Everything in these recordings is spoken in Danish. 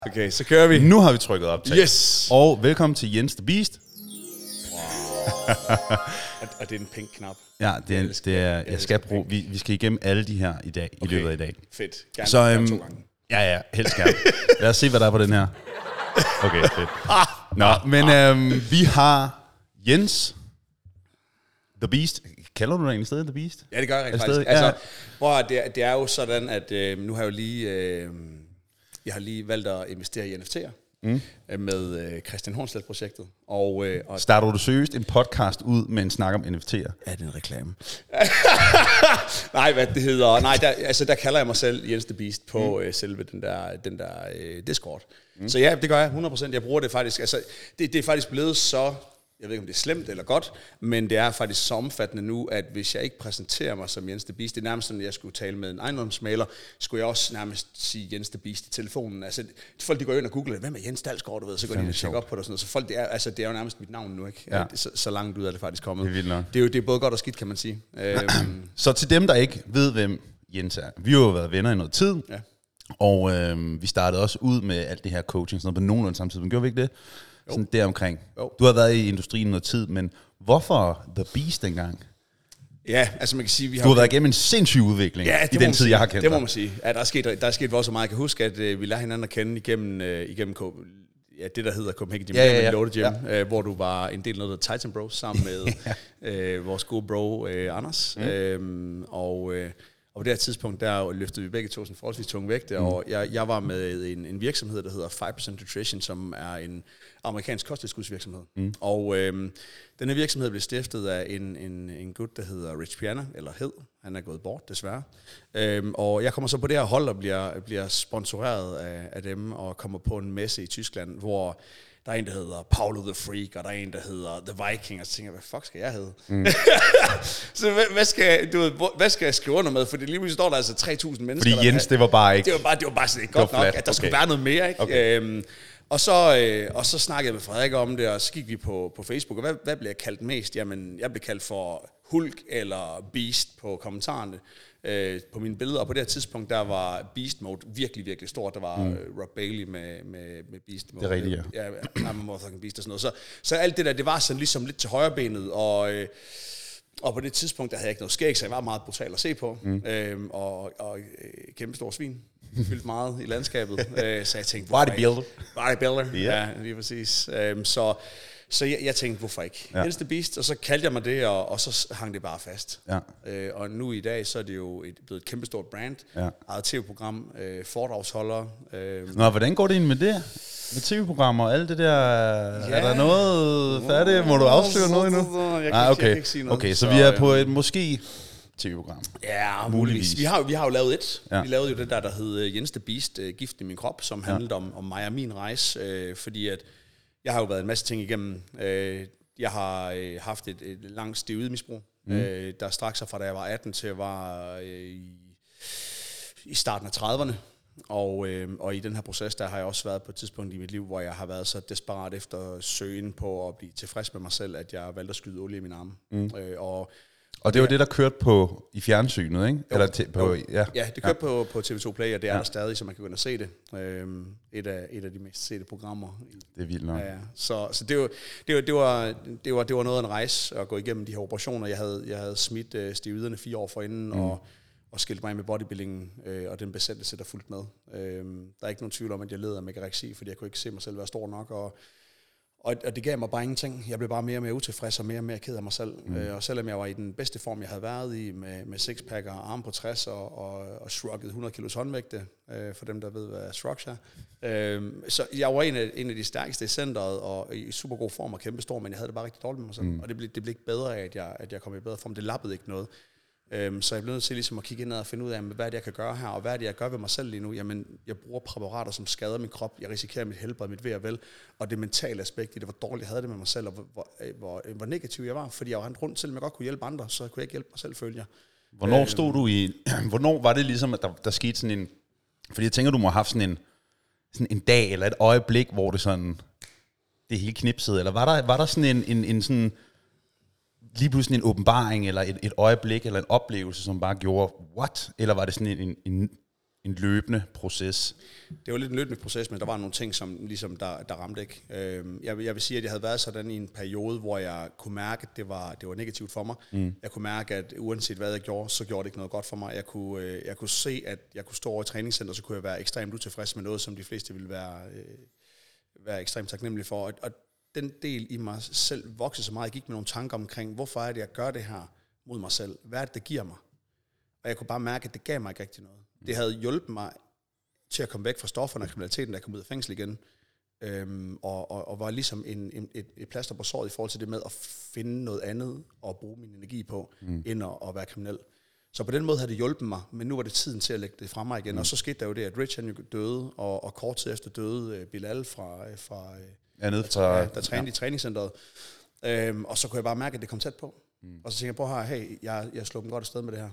Okay, så kører vi. Nu har vi trykket optag. Yes! Og velkommen til Jens the Beast. Og det er en pink knap. Ja, det er jeg skal bruge. Vi skal igennem alle de her i dag, i løbet af i dag. Fedt. Gerne, Så, gerne 2 gange. Ja, helst gerne. Lad os se, hvad der er på den her. Okay, fedt. Nå, men vi har Jens the Beast. Kalder du dig egentlig stadig The Beast? Ja, det gør jeg rent faktisk. Altså, det er jo sådan, at nu har jeg jo lige... jeg har lige valgt at investere i NFT'er med Christian Hornslet-projektet. Og starter du seriøst en podcast ud med en snak om NFT'er? Ja, det er en reklame. Nej, hvad det hedder. Nej, der kalder jeg mig selv Jens the Beast på selve den der Discord. Så ja, det gør jeg 100%. Jeg bruger det faktisk. Altså, det er faktisk blevet så... Jeg ved ikke, om det er slemt eller godt, men det er faktisk så omfattende nu, at hvis jeg ikke præsenterer mig som Jens the Beast, det er nærmest sådan, at jeg skulle tale med en ejendomsmægler, skulle jeg også nærmest sige Jens the Beast i telefonen. Altså, folk de går ind og googler, hvem er Jens Dalsgaard, du ved, så går de og tjekker op på det og sådan noget. Så folk, det er jo nærmest mit navn nu, ikke? Ja. Så langt ud er det faktisk kommet. Det er vildt nok. Det er både godt og skidt, kan man sige. Så til dem, der ikke ved, hvem Jens er, vi har jo været venner i noget tid, og vi startede også ud med alt det her coaching, sådan noget på nogenlunde samtidig, men gjorde vi ikke det? Sådan deromkring. Du har været i industrien noget tid, men hvorfor The Beast dengang? Ja, altså man kan sige... Du har været igennem en sindssyg udvikling i den tid, jeg har kendt dig. Det må man sige. Ja, der er sket også så meget. Jeg kan huske, at vi lærte hinanden at kende igennem det, der hedder Copenhagen Gym, Lotte Gym, hvor du var en del af noget der Titan Bros sammen med vores gode bro Anders. Og på det her tidspunkt, der løftede vi begge to sådan forholdsvis tunge vægte, og jeg var med en virksomhed, der hedder 5% Nutrition, som er en amerikansk kosttilskudsvirksomhed. Og den her virksomhed blev stiftet af en gut, der hedder Rich Piana, eller hed. Han er gået bort, desværre. Og jeg kommer så på det her hold og bliver sponsoreret af dem, og kommer på en messe i Tyskland, hvor der er en, der hedder Paulo the Freak, og der er en, der hedder The Viking, og så tænker jeg, hvad fuck skal jeg hedde? Så hvad skal jeg skrive under med? Fordi lige pludselig står der altså 3.000 mennesker. Fordi Jens, det var bare ikke... Det var bare sådan ikke godt nok, at der skulle være noget mere, ikke? Okay. Og så snakkede jeg med Frederik om det, og så gik vi på Facebook, og hvad blev jeg kaldt mest? Jamen, jeg blev kaldt for Hulk eller Beast på kommentarerne på mine billeder, og på det her tidspunkt, der var Beast Mode virkelig, virkelig stort. Der var Rob Bailey med Beast Mode. Det er rigtigt, ja. I'm a motherfucking Beast og sådan noget. Så alt det der, det var sådan ligesom lidt til højrebenet, og på det tidspunkt, der havde jeg ikke noget skæg, så jeg var meget brutal at se på, og kæmpe stor svin. Fyldt meget i landskabet, så jeg tænkte, bodybuilder, ja, lige præcis. Så jeg tænkte, hvorfor ikke? Jens the Beast, og så kaldte jeg mig det, og så hang det bare fast. Ja. Og nu i dag, så er det jo blevet et kæmpestort brand, eget tv-program, foredragsholder. Nå, hvordan går det ind med det? Med tv-programmer og alt det der, er der noget færdigt? Må du afsløre noget endnu? Jeg kan ikke sige noget. Okay, så vi er på et måske tv-program. Ja, muligvis. Vi har jo lavet et. Vi lavede jo det der hed Jens the Beast, Gift i min krop, som handlede om mig og min rejse, fordi at jeg har jo været en masse ting igennem. Jeg har haft et langt steroidmisbrug, der strak sig fra da jeg var 18 til jeg var i starten af 30'erne. Og i den her proces, der har jeg også været på et tidspunkt i mit liv, hvor jeg har været så desperat efter søgen på at blive tilfreds med mig selv, at jeg valgte at skyde olie i mine arme. Og det var det, der kørte på i fjernsynet, ikke? Jo. Eller ja, det kørte på TV2 Play, og det er der stadig, så man kan gå ind og se det. Et af de mest sete programmer. Det er vildt nok. Ja. Så det var noget af en rejse at gå igennem de her operationer. Jeg havde smidt steroiderne 4 år forinden, og skilte mig med bodybuildingen og den besættelse, der fulgte med. Der er ikke nogen tvivl om, at jeg led af megareksi, fordi jeg kunne ikke se mig selv være stor nok, og det gav mig bare ingenting. Jeg blev bare mere og mere utilfreds og mere og mere ked af mig selv. Og selvom jeg var i den bedste form, jeg havde været i, med sixpack og arm på 60 og shruggede 100 kilos håndvægte, for dem, der ved, hvad shrugs er. Så jeg var en af de stærkeste i centret, og i super god form og kæmpe stor, men jeg havde det bare rigtig dårligt med mig selv. Og det blev ikke bedre af, at jeg kom i bedre form. Det lappede ikke noget. Så jeg blev nødt til ligesom at kigge ind og finde ud af, hvad det jeg kan gøre her, og hvad det jeg gør ved mig selv lige nu. Jamen, jeg bruger præparater, som skader min krop. Jeg risikerer mit helbred, mit ved og vel. Og det mentale aspekt i det, hvor dårligt jeg havde det med mig selv, og hvor negativ jeg var. Fordi jeg var rundt, selvom jeg godt kunne hjælpe andre, så kunne jeg ikke hjælpe mig selv, følger jeg. Hvornår stod du i... Hvornår var det ligesom, at der skete sådan en... Fordi jeg tænker, du må have haft sådan en dag eller et øjeblik, hvor det sådan... Det hele knipsede, eller var der sådan en sådan... lige pludselig en åbenbaring, eller et øjeblik, eller en oplevelse, som bare gjorde, what? Eller var det sådan en løbende proces? Det var lidt en løbende proces, men der var nogle ting, som ligesom der ramte ikke. Jeg vil sige, at jeg havde været sådan i en periode, hvor jeg kunne mærke, at det var negativt for mig. Jeg kunne mærke, at uanset hvad jeg gjorde, så gjorde det ikke noget godt for mig. Jeg kunne se, at jeg kunne stå over i træningscenter, så kunne jeg være ekstremt utilfreds med noget, som de fleste ville være ekstremt taknemmelige for. Og den del i mig selv voksede så meget. Jeg gik med nogle tanker omkring, hvorfor er det, jeg gør det her mod mig selv? Hvad er det giver mig? Og jeg kunne bare mærke, at det gav mig ikke rigtig noget. Det havde hjulpet mig til at komme væk fra stofferne og kriminaliteten, da jeg kom ud af fængsel igen. Og var ligesom et plaster på såret i forhold til det med at finde noget andet og bruge min energi på, end at være kriminel. Så på den måde havde det hjulpet mig, men nu var det tiden til at lægge det fra mig igen. Og så skete der jo det, at Rich han døde, og kort tid efter døde Bilal der trænede i træningscenteret. Og så kunne jeg bare mærke, at det kom tæt på. Og så tænkte jeg på her, hey, jeg slog dem godt afsted med det her.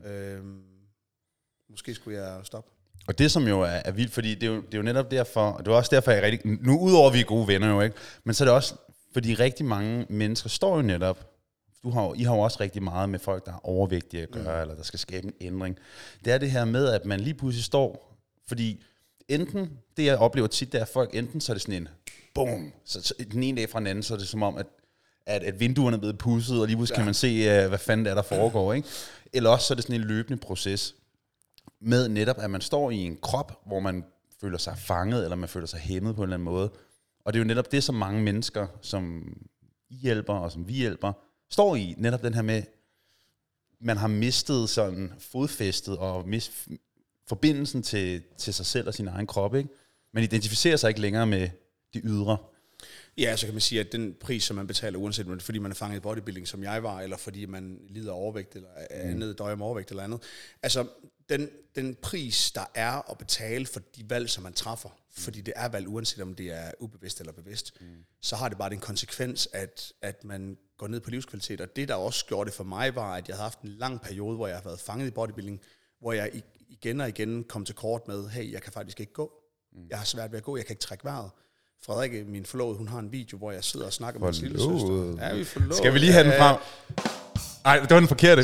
Måske skulle jeg stoppe. Og det som jo er vildt, fordi det er jo netop derfor, og det er også derfor, jeg rigtig, nu udover vi er gode venner jo ikke, men så er det også, fordi rigtig mange mennesker står jo netop, I har jo også rigtig meget med folk, der er overvægtige at gøre, eller der skal skabe en ændring. Det er det her med, at man lige pludselig står, fordi enten, det jeg oplever tit, det er folk, enten så er det sådan en, boom, så den ene dag fra den anden, så er det som om, at vinduerne er blevet pudset, og lige pludselig kan man se, hvad fanden der foregår, ikke? Eller også så er det sådan en løbende proces, med netop, at man står i en krop, hvor man føler sig fanget, eller man føler sig hæmmet på en eller anden måde. Og det er jo netop det, som mange mennesker, som I hjælper, og som vi hjælper, står i. Netop den her med, man har mistet sådan fodfæstet, og forbindelsen til sig selv og sin egen krop, ikke? Man identificerer sig ikke længere med de ydre. Ja, så kan man sige, at den pris, som man betaler, uanset om det er, fordi man er fanget i bodybuilding, som jeg var, eller fordi man lider af overvægt, eller andet døjer med overvægt, eller andet. Altså, den pris, der er at betale for de valg, som man træffer, fordi det er valg, uanset om det er ubevidst eller bevidst, så har det bare den konsekvens, at man går ned på livskvalitet. Og det, der også gjorde det for mig, var, at jeg havde haft en lang periode, hvor jeg har været fanget i bodybuilding, hvor jeg igen og igen kom til kort med, hey, jeg kan faktisk ikke gå. Jeg har svært ved at gå, jeg kan ikke trække vejret. Frederikke, min forlovede, hun har en video, hvor jeg sidder og snakker med min lille søster. Ja, vi forlovede. Skal vi lige have den frem? Nej, det var den forkerte.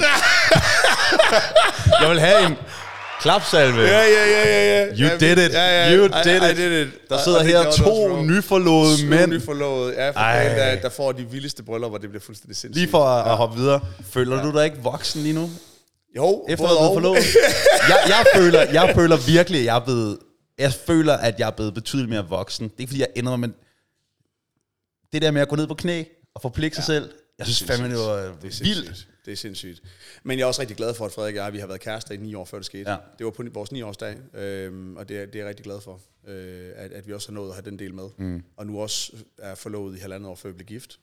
Jeg vil have en klapsalve. Ja. You did it. You did it. Der sidder her to nyforlovede mænd. Nyforlovede, ja, for der får de vildeste bryllup, hvor det bliver fuldstændig sindssygt. Lige for at hoppe videre. Føler du dig ikke voksen lige nu? Jo, efter at have forlovet. Jeg føler virkelig, at jeg føler, at jeg er blevet betydeligt mere voksen. Det er ikke, fordi jeg ændrer mig, men det der med at gå ned på knæ og forpligte sig selv, jeg synes fandme, det var vildt. Det er sindssygt. Men jeg er også rigtig glad for, at Frederik og jeg, vi har været kærester i 9 år, før det skete. Ja. Det var på vores 9-årsdag, og det er jeg rigtig glad for, at vi også har nået at have den del med. Og nu også er forlovet i 1,5 år, før vi blev gift.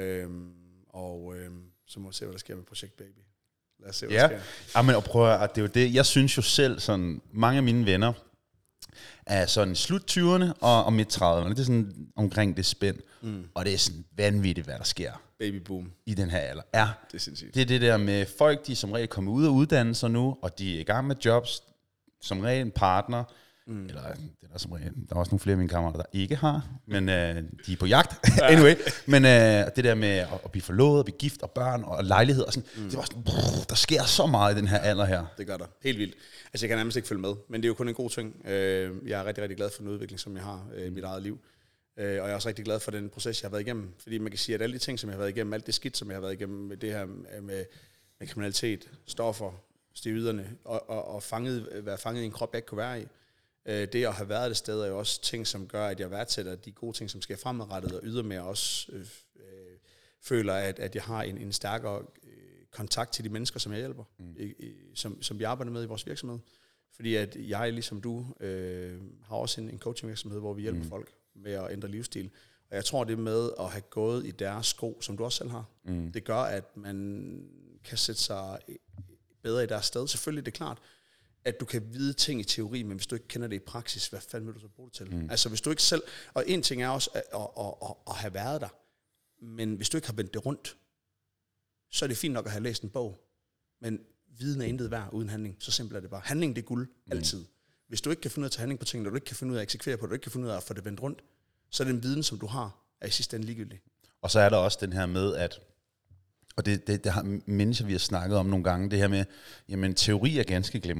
Så må vi se, hvad der sker med Projekt Baby. Lad os se, hvad der sker. Ja, men prøv at det er jo det. Jeg synes jo selv, sådan mange af mine venner, er sådan slut 20'erne og midt 30'erne. Det er sådan omkring det spænd. Og det er sådan vanvittigt, hvad der sker. Baby boom. I den her alder. Ja, det er sindssygt. Det er det der med folk, de som regel kommer ud og uddanne sig nu, og de er i gang med jobs, som regel en partner, eller det er der som regel, der er også nogle flere af mine kammerater, der ikke har, men de er på jagt. Anyway, men det der med at blive forlovet, at blive gift og børn og lejlighed, og sådan, det var sådan, der sker så meget i den her alder her. Det gør der. Helt vildt. Altså jeg kan nærmest ikke følge med, men det er jo kun en god ting. Jeg er rigtig, rigtig glad for den udvikling, som jeg har i mit eget liv. Og jeg er også rigtig glad for den proces, jeg har været igennem. Fordi man kan sige, at alle de ting, som jeg har været igennem, alt det skidt, som jeg har været igennem med det her med kriminalitet, stoffer, steroiderne, og være fanget i en krop, jeg ikke kunne være i. Det at have været det sted er jo også ting, som gør, at jeg værdsætter de gode ting, som sker fremadrettet, og ydermere også føler, at jeg har en stærkere kontakt til de mennesker, som jeg hjælper, som vi arbejder med i vores virksomhed. Fordi at jeg, ligesom du, har også en coachingvirksomhed, hvor vi hjælper folk med at ændre livsstil. Og jeg tror, det med at have gået i deres sko, som du også selv har, det gør, at man kan sætte sig bedre i deres sted. Selvfølgelig det er klart, at du kan vide ting i teori, men hvis du ikke kender det i praksis, hvad fanden vil du så bruge det til? Altså hvis du ikke selv, og en ting er også at have været der, men hvis du ikke har vendt det rundt, så er det fint nok at have læst en bog, men viden er intet værd uden handling. Så simpelt er det bare. Handling, det er guld, altid. Hvis du ikke kan finde ud af at tage handling på ting, når du ikke kan finde ud af at eksekvere på, du ikke kan finde ud af at få det vendt rundt, så er den viden, som du har, er i sidste ende ligegyldig. Og så er der også den her med, at, og det har mennesker, vi har snakket om nogle gange, det her med, jamen teori er ganske glimrende,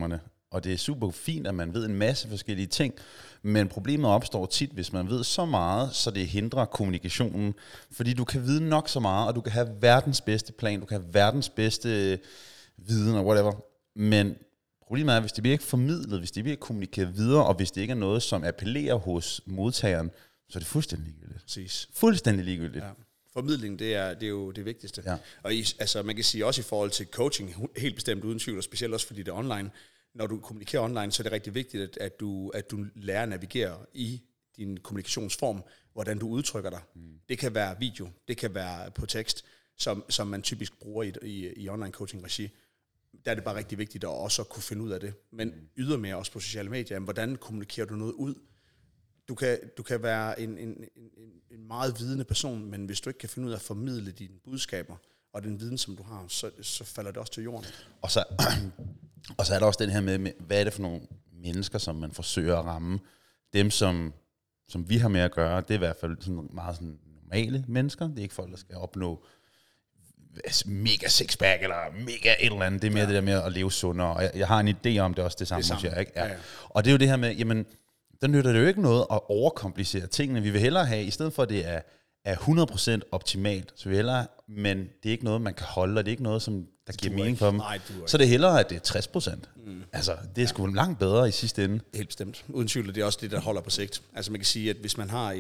og det er super fint, at man ved en masse forskellige ting, men problemet opstår tit, hvis man ved så meget, så det hindrer kommunikationen, fordi du kan vide nok så meget, og du kan have verdens bedste plan, du kan have verdens bedste viden og whatever, men problemet er, hvis det bliver ikke formidlet, hvis det bliver ikke kommunikeret videre, og hvis det ikke er noget, som appellerer hos modtageren, så er det fuldstændig ligegyldigt. Præcis. Fuldstændig ligegyldigt. Ja. Formidling, det er jo det vigtigste. Ja. Og altså, man kan sige også i forhold til coaching, helt bestemt uden tvivl, og specielt også fordi det er online. Når du kommunikerer online, så er det rigtig vigtigt, at du lærer at navigere i din kommunikationsform, hvordan du udtrykker dig. Det kan være video, det kan være på tekst, som man typisk bruger i online coaching-regi. Der er det bare rigtig vigtigt at også kunne finde ud af det. Men ydermere også på sociale medier, hvordan kommunikerer du noget ud? Du kan være en meget vidende person, men hvis du ikke kan finde ud af at formidle dine budskaber, og den viden, som du har, så falder det også til jorden. Og så er der også den her med, hvad er det for nogle mennesker, som man forsøger at ramme? Dem, som vi har med at gøre, det er i hvert fald sådan meget sådan normale mennesker. Det er ikke folk, der skal opnå mega sixpack eller mega et eller andet. Det er mere det der med at leve sundere. Og jeg har en idé om det også, det samme. Jeg, ikke? Ja. Og det er jo det her med, jamen, der nytter det jo ikke noget at overkomplicere tingene. Vi vil hellere have, i stedet for at det er 100% optimalt, så vi hellere, men det er ikke noget, man kan holde, og det er ikke noget, som der giver mening for dem. Nej, så det er hellere, at det er 60%. Altså, det er sgu langt bedre i sidste ende. Helt bestemt. Uden tvivl, det er også det, der holder på sigt. Altså, man kan sige, at hvis man har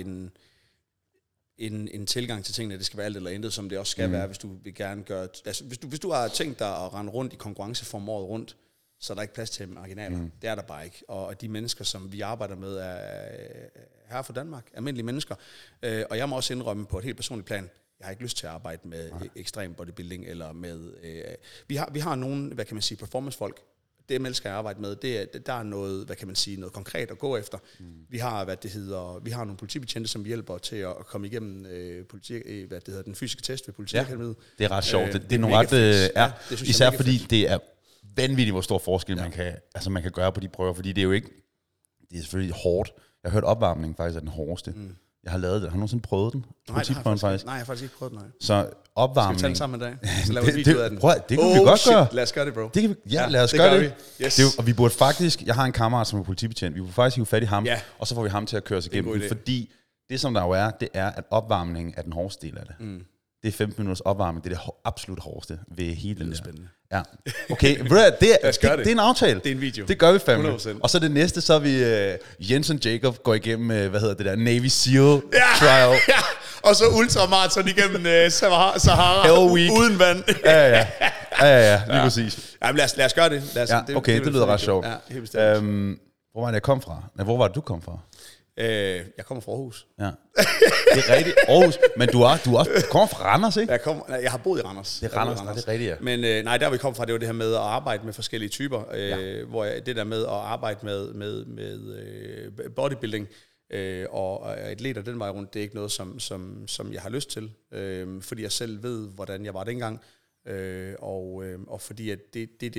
en tilgang til tingene, det skal være alt eller intet, som det også skal være, hvis du vil gerne gøre... Altså, hvis du har tænkt dig at rende rundt i konkurrenceform året rundt, så er der ikke plads til marginaler. Det er der bare ikke. Og de mennesker, som vi arbejder med, er her fra Danmark. Almindelige mennesker. Og jeg må også indrømme på et helt personligt plan, jeg har ikke lyst til at arbejde med ekstrem bodybuilding, eller med... Vi har nogle, hvad kan man sige, performancefolk. Det mennesker, jeg arbejder med, der er noget, hvad kan man sige, noget konkret at gå efter. Vi har, vi har nogle politibetjente, som hjælper til at komme igennem den fysiske test ved Politiakademiet. Ja, det er ret sjovt. Det er nogle ret... især fordi det er vanvittigt, hvor stor forskel man kan gøre på de prøver, fordi det er jo ikke... Det er selvfølgelig hårdt. Jeg har hørt opvarmning faktisk er den hårdeste. Jeg har lavet det. Har du nogensinde prøvet den? Nej, jeg har faktisk ikke prøvet den. Nej. Så opvarmning... Skal vi tage den sammen med dig? Så laver vi video af den. Det kan vi godt gøre. Lad os gøre det, bro. Lad os gøre det. Yes. Og vi burde faktisk... Jeg har en kammerat, som er politibetjent. Vi burde faktisk hive fat i ham, og så får vi ham til at køre sig igennem. Fordi det, som der jo er, det er, at opvarmningen er den hårdeste del af det. Det er 15 minutters opvarmning. Det er det absolut hårdeste ved hele den der. Spændende. Ja. Okay, det er en aftale. Det er en video. Det gør vi fandme. 100%. Og så det næste, så er vi Jensen Jacob går igennem, det der, Navy SEAL trial. Ja. Og så ultramarathon igennem Sahara uden vand. Ja, lige præcis. Jamen, lad os gøre det. Okay, det lyder ret sjovt. Ja, helt bestemt. Hvor var det, jeg kom fra? Nej, hvor var det, du kom fra? Jeg kommer fra Aarhus. Ja. Det er rigtigt, Aarhus. Men du kommer fra Randers, ikke? Jeg har boet i Randers. Det er Randers, det er rigtigt, ja. Men der vi kom fra, det var det her med at arbejde med forskellige typer. Hvor det der med at arbejde med bodybuilding og atleter den vej rundt, det er ikke noget, som jeg har lyst til. Fordi jeg selv ved, hvordan jeg var dengang. Og fordi at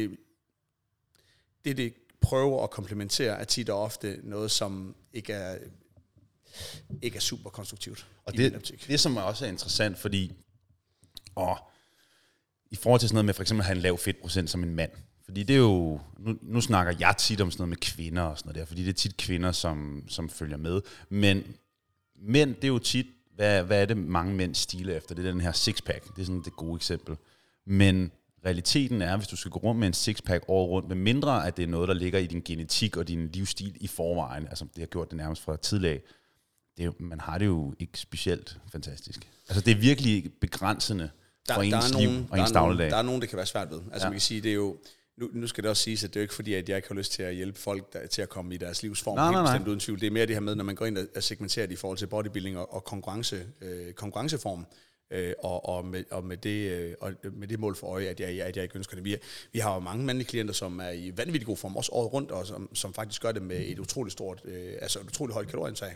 det prøver at komplementere, er tit og ofte noget, som ikke er super konstruktivt. Og det som er også er interessant, fordi i forhold til sådan noget med for eksempel at have en lav fedtprocent som en mand, fordi det er jo, nu snakker jeg tit om sådan noget med kvinder og sådan noget der, fordi det er tit kvinder, som følger med, men mænd, det er jo tit, hvad er det mange mænd stiler efter, det er den her sixpack, det er sådan det gode eksempel, men realiteten er, hvis du skal gå rundt med en sixpack året rundt, med mindre at det er noget, der ligger i din genetik og din livsstil i forvejen, altså det har gjort det nærmest fra tidligere, man har det jo ikke specielt fantastisk. Altså det er virkelig begrænsende for ens liv og ens dagligdag. Der er nogen, det kan være svært ved. Altså man kan sige, det er jo, nu skal det også siges, at det er jo ikke fordi, at jeg ikke har lyst til at hjælpe folk til at komme i deres livsform. Nej. Bestemt uden tvivl. Det er mere det her med, når man går ind og segmenterer det i forhold til bodybuilding og konkurrenceform. Og med det mål for øje, at jeg ikke ønsker det. Vi har jo mange mandlige klienter, som er i vanvittig god form, også året rundt, og som faktisk gør det med et utroligt stort, et utroligt højt kalorieindtag,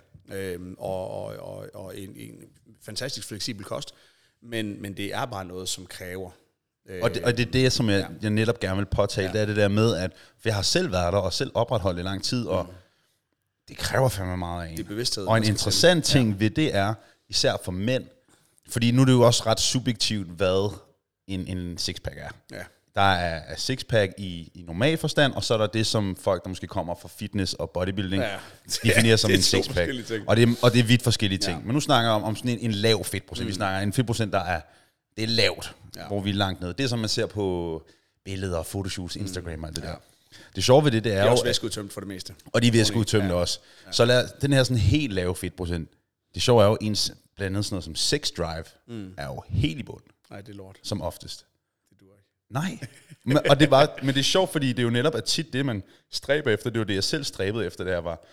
og en fantastisk fleksibel kost. Men det er bare noget, som kræver. Og det er det, som jeg netop gerne vil påtale, det er det der med, at for jeg har selv været der, og selv opretholdt i lang tid, og det kræver fandme meget af en. Det er bevidsthed. Og en interessant ting ved det er, især for mænd, fordi nu er det jo også ret subjektivt, hvad en sixpack er. Ja. Der er sixpack i normal forstand, og så er der det, som folk, der måske kommer fra fitness og bodybuilding, definerer som en sixpack. Og det er vidt forskellige ting. Men nu snakker jeg om sådan en lav fedtprocent. Vi snakker en fedtprocent, det er lavt, hvor vi er langt nede. Det er, som man ser på billeder, fotoshoots, Instagram og alt det der. Det sjove ved det er jo... Det er også væskeudtømt for det meste. Og de er væskeudtømt også. Så den her sådan helt lave fedtprocent, det sjove er jo, ens blandt andet sådan noget som sex drive, er jo helt i bund. Nej, det er lort. Som oftest. Det duer ikke. Nej. Men det er sjovt, fordi det er jo netop at tit det, man stræber efter. Det var det, jeg selv stræbede efter,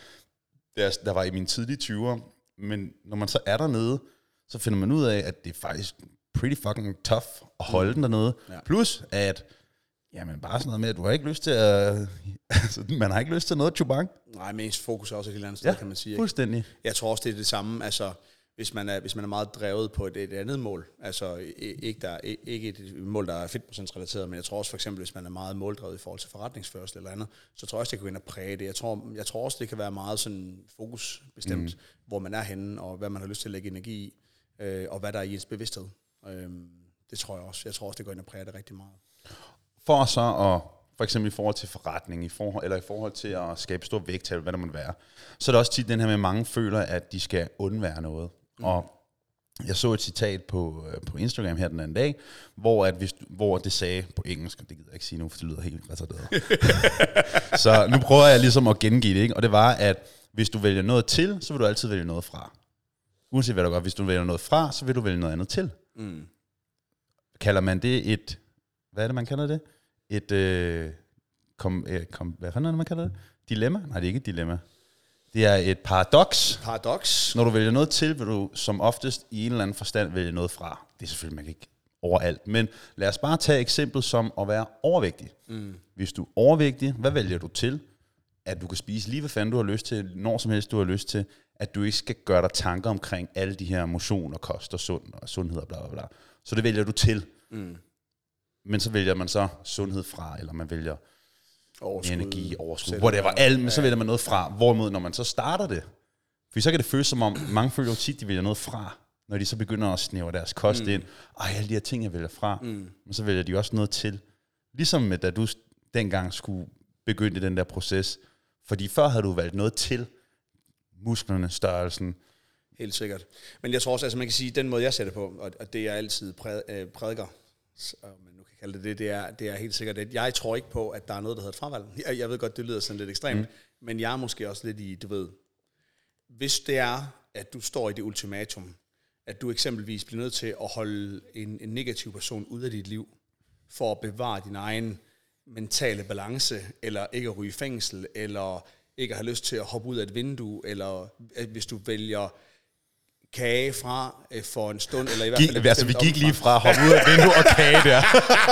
der var i mine tidlige 20'er. Men når man så er dernede, så finder man ud af, at det er faktisk pretty fucking tough at holde den dernede. Ja. Plus at, jamen bare sådan noget med, at du har ikke lyst til at... altså, man har ikke lyst til noget chubang. Nej, mest fokus er også et helt andet sted, kan man sige. Fuldstændig. Ikke? Jeg tror også, det er det samme, altså... Hvis man er meget drevet på et andet mål, altså ikke et mål, der er fedtprocentsrelateret, men jeg tror også for eksempel, hvis man er meget måldrevet i forhold til forretningsførsel eller andet, så tror jeg også, det kan gå ind og præge det. Jeg tror også, det kan være meget sådan fokusbestemt, hvor man er henne, og hvad man har lyst til at lægge energi i, og hvad der er i ens bevidsthed. Det tror jeg også. Jeg tror også, det går ind og præge det rigtig meget. For så at, for eksempel i forhold til forretning, i forhold til at skabe stor vægttab, hvad der må være, så er der også tit den her med, at mange føler, at de skal undvære noget. Og jeg så et citat på Instagram her den anden dag, hvor det sagde på engelsk, og det gider jeg ikke sige nu, for det lyder helt retarderet. Så nu prøver jeg ligesom at gengive det, ikke? Og det var, at hvis du vælger noget til, så vil du altid vælge noget fra. Uanset hvad du gør, hvis du vælger noget fra, så vil du vælge noget andet til. Kalder man det et, hvad er det, man kalder det? Hvad fanden er det, man kalder det? Dilemma? Nej, det er ikke et dilemma. Det er et paradoks. Når du vælger noget til, vil du som oftest i en eller anden forstand vælge noget fra. Det er selvfølgelig, man kan ikke overalt. Men lad os bare tage eksemplet som at være overvægtig. Hvis du er overvægtig, hvad vælger du til? At du kan spise lige hvad fanden du har lyst til, når som helst du har lyst til. At du ikke skal gøre dig tanker omkring alle de her motion og kost og sundhed og bla bla bla. Så det vælger du til. Men så vælger man så sundhed fra, eller man vælger energi, overskud, whatever, men så vælger man noget fra. Hvorimod, når man så starter det, for så kan det føles som om, mange føler jo tit, de vælger noget fra, når de så begynder at snævre deres kost ind. Alle de her ting, jeg vælger fra. Men så vælger de også noget til. Ligesom med, da du dengang skulle begynde i den der proces. Fordi før havde du valgt noget til musklerne, størrelsen. Helt sikkert. Men jeg tror også, altså man kan sige, den måde, jeg ser det på, og det jeg altid prædiker, men nu kan jeg kalde det er helt sikkert, at jeg tror ikke på, at der er noget, der hedder et fravalg. Jeg ved godt, det lyder sådan lidt ekstremt, men jeg er måske også lidt i, du ved, hvis det er, at du står i det ultimatum, at du eksempelvis bliver nødt til at holde en negativ person ud af dit liv, for at bevare din egen mentale balance, eller ikke at ryge i fængsel, eller ikke at have lyst til at hoppe ud af et vindue, eller hvis du vælger kage fra for en stund, eller i hvert fald... Altså, vi gik lige fra at hoppe ud af vindue og kage der.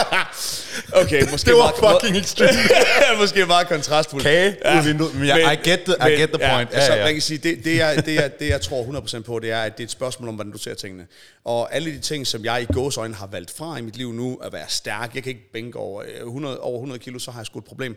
Okay, måske det var fucking extreme. Måske meget kontrastfuldt. Kage ud af vinduet, men I get the point. Altså, man kan sige, det jeg tror 100% på, det er, at det er et spørgsmål om, hvordan du ser tingene. Og alle de ting, som jeg i gåseøjne har valgt fra i mit liv nu, at være stærk, jeg kan ikke bænke over 100 kilo, så har jeg sgu et problem.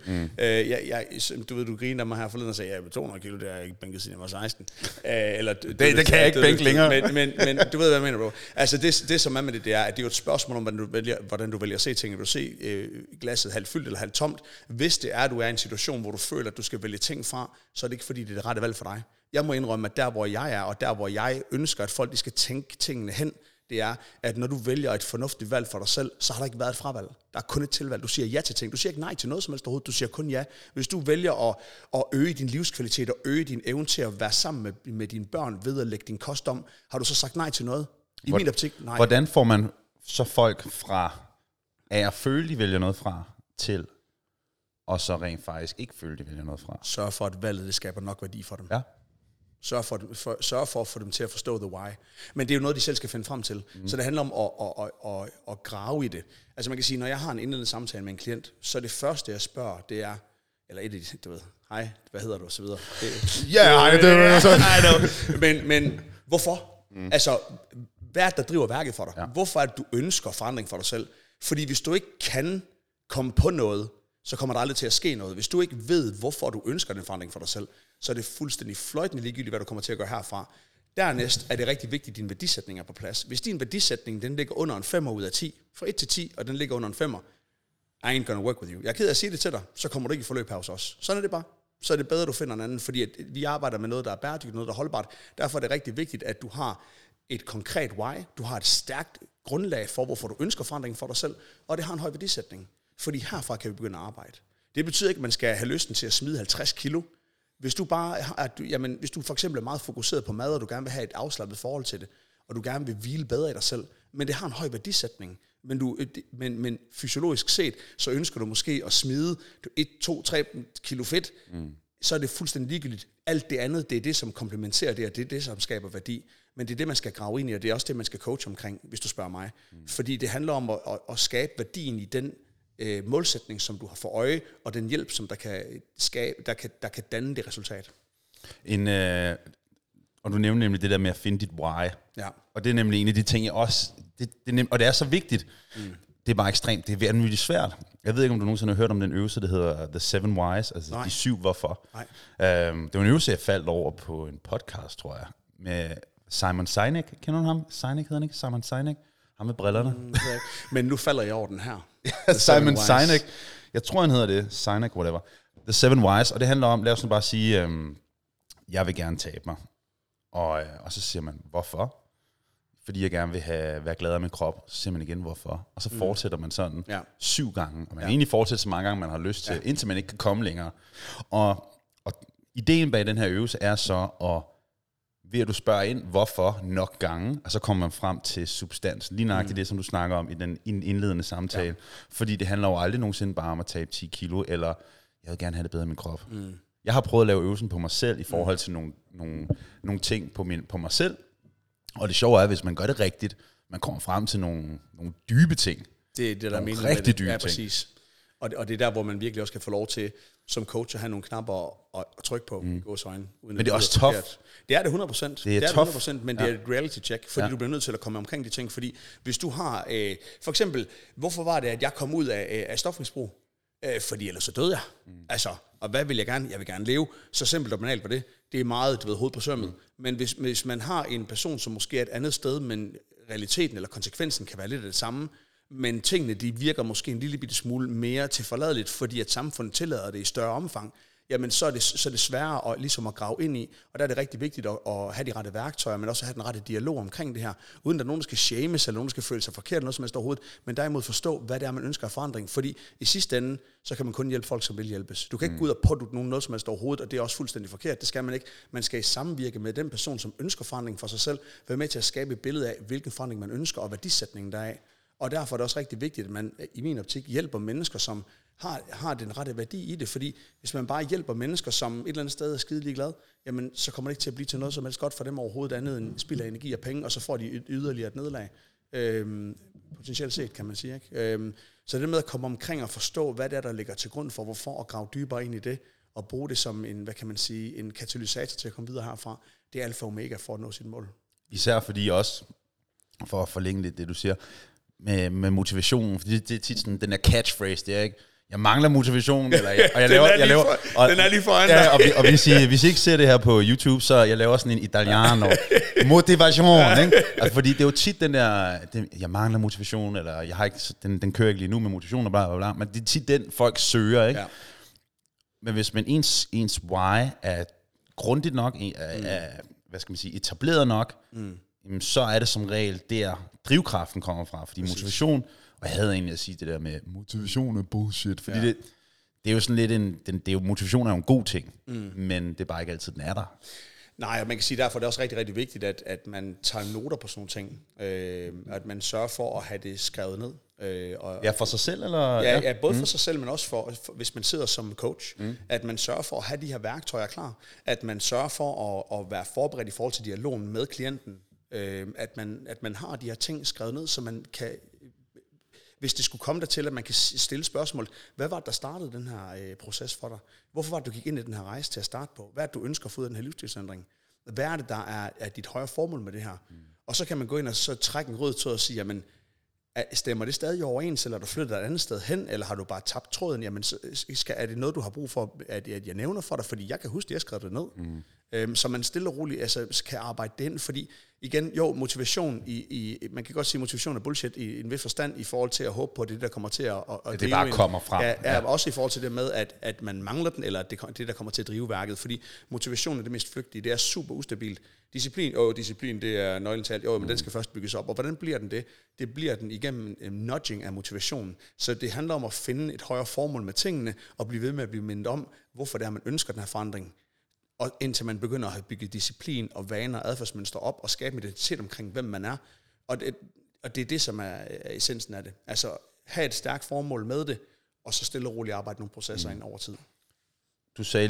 Du ved, du griner af mig her forleden og sagde, ja, 200 kilo, det har jeg ikke bænket, siden jeg var 16. Eller, det kan jeg ikke bænke længere. Men du ved, hvad jeg mener, bro. Altså, det som er med det er, at det er jo et spørgsmål om, hvordan du vælger at se tingene. Du se glasset halvt fyldt eller halvt tomt. Hvis det er, at du er i en situation, hvor du føler, at du skal vælge ting fra, så er det ikke, fordi det er det rette valg for dig. Jeg må indrømme, at der, hvor jeg er, og der, hvor jeg ønsker, at folk de skal tænke tingene hen, det er, at når du vælger et fornuftigt valg for dig selv, så har der ikke været et fravalg. Der er kun et tilvalg. Du siger ja til ting. Du siger ikke nej til noget som helst overhovedet. Du siger kun ja. Hvis du vælger at øge din livskvalitet og øge din evne til at være sammen med dine børn ved at lægge din kost om, har du så sagt nej til noget? I min optik, nej. Hvordan får man så folk fra at føle, de vælger noget fra, til og så rent faktisk ikke føle, de vælger noget fra? Sørg for, at valget det skaber nok værdi for dem. Ja. Sørg for at få dem til at forstå the why. Men det er jo noget, de selv skal finde frem til. Så det handler om at grave i det. Altså man kan sige, når jeg har en indledende samtale med en klient, så det første, jeg spørger, det er, eller et af de, du ved, hej, hvad hedder du, og så videre. Men hvorfor? Altså, hvad er det, der driver værket for dig? Ja. Hvorfor er det, du ønsker forandring for dig selv? Fordi hvis du ikke kan komme på noget, så kommer der aldrig til at ske noget. Hvis du ikke ved, hvorfor du ønsker den forandring for dig selv, så er det fuldstændig fløjtende ligegyldigt, hvad du kommer til at gøre herfra. Dernæst er det rigtig vigtigt, at din værdisætning er på plads. Hvis din værdisætning den ligger under en 5 ud af 10, fra 1 til 10, og den ligger under en 5, I ain't gonna work with you. Jeg er ked af at sige det til dig, så kommer du ikke i forløb her hos os. Sådan er det bare. Så er det bedre, at du finder en anden, fordi at vi arbejder med noget, der er bæredygtigt, noget, der er holdbart. Derfor er det rigtig vigtigt, at du har et konkret why, du har et stærkt grundlag for, hvorfor du ønsker forandring for dig selv, og det har en høj værdisætning. Fordi herfra kan vi begynde at arbejde. Det betyder ikke, at man skal have lysten til at smide 50 kilo. Hvis du hvis du for eksempel er meget fokuseret på mad, og du gerne vil have et afslappet forhold til det, og du gerne vil hvile bedre i dig selv, men det har en høj værdisætning, men fysiologisk set, så ønsker du måske at smide 1, 2, 3 kilo fedt, så er det fuldstændig ligegyldigt. Alt det andet, det er det, som komplementerer det, og det er det, som skaber værdi. Men det er det, man skal grave ind i, og det er også det, man skal coache omkring, hvis du spørger mig. Fordi det handler om at skabe værdien i den målsætning, som du har for øje, og den hjælp, som der kan danne det resultat. Og du nævner nemlig det der med at finde dit why. Ja. Og det er nemlig en af de ting, jeg også... og det er så vigtigt. Det er bare ekstremt. Det er vanvittigt svært. Jeg ved ikke, om du nogensinde har hørt om den øvelse, der hedder The 7 Whys, altså de 7 hvorfor. Det var en øvelse, jeg faldt over på en podcast, tror jeg, med Simon Sinek. Kender du ham? Sinek hedder han ikke? Simon Sinek? Ham med brillerne. Men nu falder jeg over den her. Simon Sinek. Jeg tror, han hedder det. Sinek, whatever. The 7 Whys. Og det handler om, lad os nu bare sige, jeg vil gerne tabe mig. Og så siger man, hvorfor? Fordi jeg gerne vil være glad af min krop. Så siger man igen, hvorfor? Og så fortsætter man sådan 7 gange. Og man kan egentlig fortsætte så mange gange, man har lyst til, indtil man ikke kan komme længere. Og ideen bag den her øvelse er så, ved at du spørger ind, hvorfor nok gange, og så kommer man frem til substans. Lige nøjagtigt det, som du snakker om i den indledende samtale. Ja. Fordi det handler jo aldrig nogensinde bare om at tabe 10 kilo, eller jeg vil gerne have det bedre i min krop. Jeg har prøvet at lave øvelsen på mig selv, i forhold til nogle ting på mig selv. Og det sjove er, hvis man gør det rigtigt, man kommer frem til nogle dybe ting. Det er det, der er meningen. Rigtig dybe ting. Ja, præcis. Og det er der, hvor man virkelig også kan få lov til, som coach, at have nogle knapper og trykke på gåseøjne. Men det er også tough. Det er det 100%. Det er 100%, men det er et reality check, fordi du bliver nødt til at komme omkring de ting. Fordi hvis du har, for eksempel, hvorfor var det, at jeg kom ud af stofmisbrug? Fordi ellers så døde jeg. Altså, og hvad vil jeg gerne? Jeg vil gerne leve. Så simpelt og banalt på det. Det er meget, hoved på sømmet. Men hvis man har en person, som måske er et andet sted, men realiteten eller konsekvensen kan være lidt af det samme, men tingene, de virker måske en lille bitte smule mere tilforladeligt, fordi at samfundet tillader det i større omfang, jamen så er det sværere ligesom at grave ind i, og der er det rigtig vigtigt at have de rette værktøjer, men også have den rette dialog omkring det her, uden at nogen der skal shames, eller nogen der skal føle sig forkert, noget som helst overhovedet, men derimod forstå, hvad det er, man ønsker af forandring, fordi i sidste ende, så kan man kun hjælpe folk, som vil hjælpes. Du kan ikke gå ud og pådutte nogen noget som helst overhovedet, og det er også fuldstændig forkert, det skal man ikke. Man skal i samvirke med den person, som ønsker forandring for sig selv, være med til at skabe et billede af, hvilken forandring man ønsker, og værdisætningen deraf. Og derfor er det også rigtig vigtigt, at man i min optik hjælper mennesker, som har den rette værdi i det, fordi hvis man bare hjælper mennesker, som et eller andet sted er skide ligeglade, jamen så kommer det ikke til at blive til noget som helst godt for dem overhovedet andet end spild af energi og penge, og så får de yderligere et nederlag. Potentielt set, kan man sige. Ikke? Så det med at komme omkring og forstå, hvad det er, der ligger til grund for, hvorfor, og grave dybere ind i det, og bruge det som en katalysator til at komme videre herfra, det er alfa og omega for at nå sit mål. Især fordi også, for at forlænge lidt det, du siger, med motivationen, fordi det er tit sådan, den der catchphrase, det er ikke, jeg mangler motivation, eller jeg laver, den er lige foran dig. Ja, og hvis I ikke ser det her på YouTube, så jeg laver sådan en italiano motivation, ikke? Altså, fordi det er jo tit den der, jeg mangler motivation, eller jeg har ikke, den kører ikke lige nu med motivation, og bla bla bla, men det er tit den, folk søger, ikke? Ja. Men hvis man ens why er grundigt nok, hvad skal man sige, etableret nok, så er det som regel der drivkraften kommer fra, fordi motivation, og jeg havde egentlig at sige det der med, motivation er bullshit, fordi det er jo sådan lidt motivation er jo en god ting, men det er bare ikke altid, den er der. Nej, og man kan sige, derfor er det også rigtig, rigtig vigtigt, at man tager noter på sådan nogle ting, at man sørger for at have det skrevet ned. For sig selv, eller? Ja, både for sig selv, men også for hvis man sidder som coach, at man sørger for at have de her værktøjer klar, at man sørger for at være forberedt i forhold til dialogen med klienten, at man har de her ting skrevet ned, så man kan, hvis det skulle komme dertil, at man kan stille spørgsmål, hvad var det, der startede den her proces for dig? Hvorfor var det, du gik ind i den her rejse til at starte på? Hvad er det, du ønsker at få ud af den her livsstilsændring? Hvad er det, der er dit højere formål med det her? Og så kan man gå ind og så trække en rød tråd og sige, jamen, stemmer det stadig overens, eller har du flyttet et andet sted hen, eller har du bare tabt tråden? Jamen, er det noget, du har brug for, at jeg nævner for dig? Fordi jeg kan huske, at jeg skrev det ned. Så man stille og roligt kan arbejde det ind, fordi igen, jo, motivation man kan godt sige, motivation er bullshit i en vis forstand, i forhold til at håbe på, at det der kommer til at det bare kommer frem. Ja, også i forhold til det med, at man mangler den, eller at det der kommer til at drive værket, fordi motivation er det mest flygtige, det er super ustabilt. Disciplin, det er nøglen til alt, men den skal først bygges op, og hvordan bliver den det? Det bliver den igennem nudging af motivationen, så det handler om at finde et højere formål med tingene, og blive ved med at blive mindet om, hvorfor det er, man ønsker den her forandring. Og indtil man begynder at have bygget disciplin og vaner og adfærdsmønstre op og skabe en identitet omkring, hvem man er. Og det er det, som er essensen af det. Altså have et stærkt formål med det, og så stille og roligt arbejde nogle processer ind over tid. Du sagde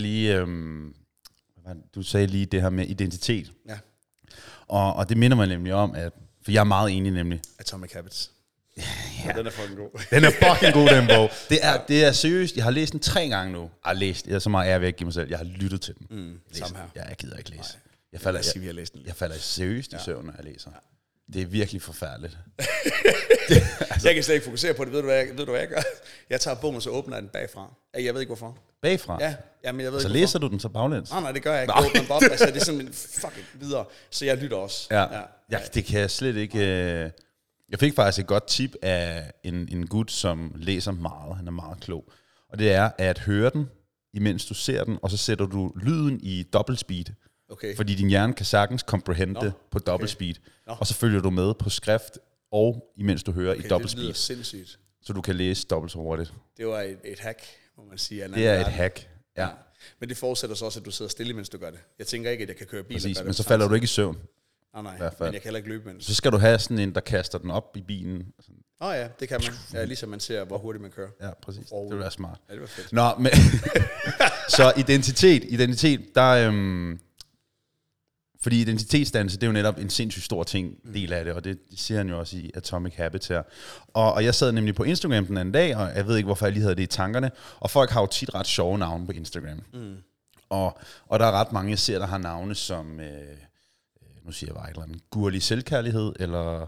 lige det her med identitet. Ja. Og det minder mig nemlig om, for jeg er meget enig nemlig. Atomic Habits. Ja. Den er fucking god. Den er fucking god, den bog. Det er seriøst. Jeg har læst den 3 gange nu. Jeg er så meget ære ved at give mig selv. Jeg har lyttet til den. Samme her. Jeg gider ikke læse. Jeg falder seriøst i søvn, når jeg læser. Det er virkelig forfærdeligt. Jeg kan slet ikke fokusere på det. Ved du, hvad jeg gør? Jeg tager bogen, og så åbner jeg den bagfra. Jeg ved ikke, hvorfor. Bagfra? Ja, men jeg ved så ikke, læser du den så baglæns? Nej, det gør jeg ikke. Jeg åbner den op. Altså, det er simpelthen fucking videre. Så jeg lytter også. Ja, det kan jeg slet ikke... Jeg fik faktisk et godt tip af en gut, som læser meget. Han er meget klog. Og det er at høre den, imens du ser den, og så sætter du lyden i dobbeltspeed. Okay. Fordi din hjerne kan sagtens comprehende det på dobbeltspeed. Og så følger du med på skrift, og imens du hører i dobbeltspeed. Det lyder sindssygt. Så du kan læse dobbelt så hurtigt. Det var et hack, må man sige. Det er et hack, ja. Men det forudsætter så også, at du sidder stille, mens du gør det. Jeg tænker ikke, at jeg kan køre bil. Præcis, men så falder du ikke i søvn. Nej, men jeg kan heller ikke løbe mens. Så skal du have sådan en, der kaster den op i bilen. Ja, det kan man. Ja, ligesom man ser, hvor hurtigt man kører. Ja, præcis. Det vil være smart. Ja, det var fedt. Nå, men så identitet, der... Fordi identitetsdannelse, det er jo netop en sindssygt stor del af det, og det siger han jo også i Atomic Habits her. Og jeg sad nemlig på Instagram den anden dag, og jeg ved ikke, hvorfor jeg lige havde det i tankerne, og folk har jo tit ret sjove navne på Instagram. Og der er ret mange, jeg ser, der har navne som, nu siger jeg bare et eller andet, Gurli Selvkærlighed, eller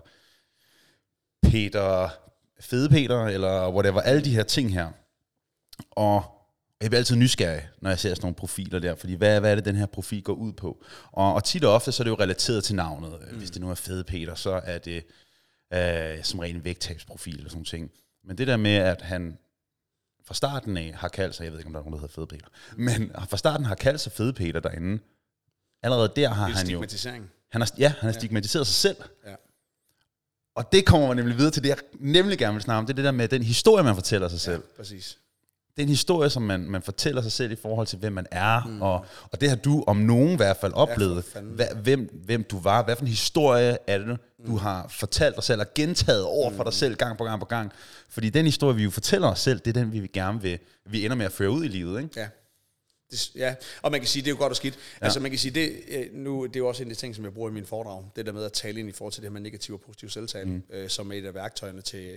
Fede Peter, eller whatever, alle de her ting her. Og jeg bliver altid nysgerrig, når jeg ser sådan nogle profiler der, fordi hvad er det, den her profil går ud på? Og tit og ofte, så er det jo relateret til navnet. Hvis det nu er Fede Peter, så er det som regel en vægttabsprofil eller sådan nogle ting. Men det der med, at han fra starten af har kaldt sig, jeg ved ikke, om der er nogen, der hedder Fede Peter, men fra starten har kaldt sig Fede Peter derinde. Allerede der har han jo... Han har stigmatiseret sig selv. Ja. Og det kommer man nemlig videre til det, jeg nemlig gerne vil snakke om. Det er det der med den historie, man fortæller sig selv. Præcis. Det er en historie, som man fortæller sig selv i forhold til, hvem man er, og det har du om nogen i hvert fald oplevet, hvem du var, hvad for en historie er det, du har fortalt dig selv, og gentaget over for dig selv gang på gang. Fordi den historie, vi jo fortæller os selv, det er den, vi ender med at føre ud i livet, ikke? Ja. Ja, og man kan sige, det er jo godt og skidt. Ja. Altså man kan sige, det er jo også en af de ting, som jeg bruger i min foredrag. Det der med at tale ind i forhold til det her med negativ og positiv selvtale, som er et af værktøjerne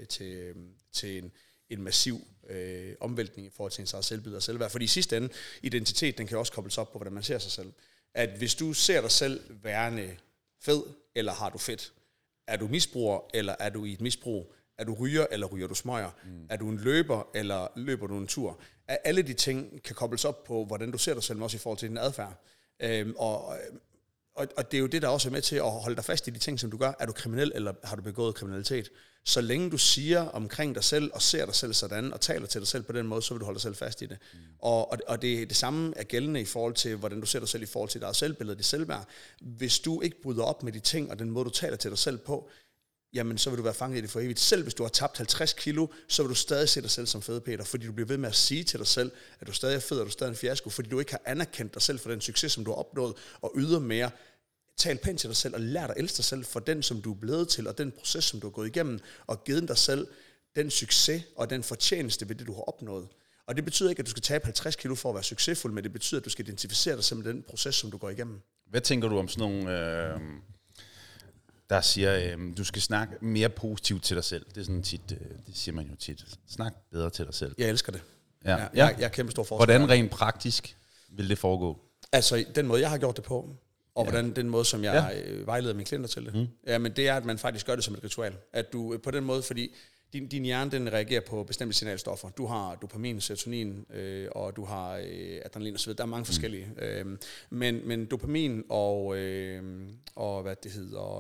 til en massiv omvæltning i forhold til ens eget selvbillede og selvværd. Fordi i sidste ende, identitet, den kan også kobles op på, hvordan man ser sig selv. At hvis du ser dig selv værende fed, eller har du fedt, er du misbruger, eller er du i et misbrug, er du ryger, eller ryger du smøger, er du en løber, eller løber du en tur. Alle de ting kan kobles op på, hvordan du ser dig selv, men også i forhold til din adfærd. Og det er jo det, der også er med til at holde dig fast i de ting, som du gør. Er du kriminel, eller har du begået kriminalitet? Så længe du siger omkring dig selv, og ser dig selv sådan, og taler til dig selv på den måde, så vil du holde dig selv fast i det. Og det samme er gældende i forhold til, hvordan du ser dig selv i forhold til dit eget selvbillede, dit selvværd. Hvis du ikke bryder op med de ting, og den måde, du taler til dig selv på, jamen så vil du være fanget i det for evigt. Selv hvis du har tabt 50 kilo, så vil du stadig se dig selv som Fede Peter, fordi du bliver ved med at sige til dig selv, at du stadig er fed, og du er stadig en fiasko, fordi du ikke har anerkendt dig selv for den succes, som du har opnået, og ydermere tal pænt til dig selv, og lær dig at elske dig selv for den, som du er blevet til, og den proces, som du har gået igennem, og givet dig selv den succes og den fortjeneste ved det, du har opnået. Og det betyder ikke, at du skal tabe 50 kilo for at være succesfuld, men det betyder, at du skal identificere dig selv med den proces, som du går igennem. Hvad tænker du om sådan nogle... der siger, du skal snakke mere positivt til dig selv. Det er sådan tit, det siger man jo tit. Snak bedre til dig selv. Jeg elsker det. Ja. Jeg er kæmpe stor forskel. Hvordan rent praktisk vil det foregå? Altså, den måde, jeg har gjort det på, og hvordan den måde, som jeg vejleder mine klienter til det, men det er, at man faktisk gør det som et ritual. At du på den måde, fordi din hjerne, den reagerer på bestemte signalstoffer. Du har dopamin, serotonin, og du har adrenalin og så videre. Der er mange forskellige. Men dopamin og hvad det hedder,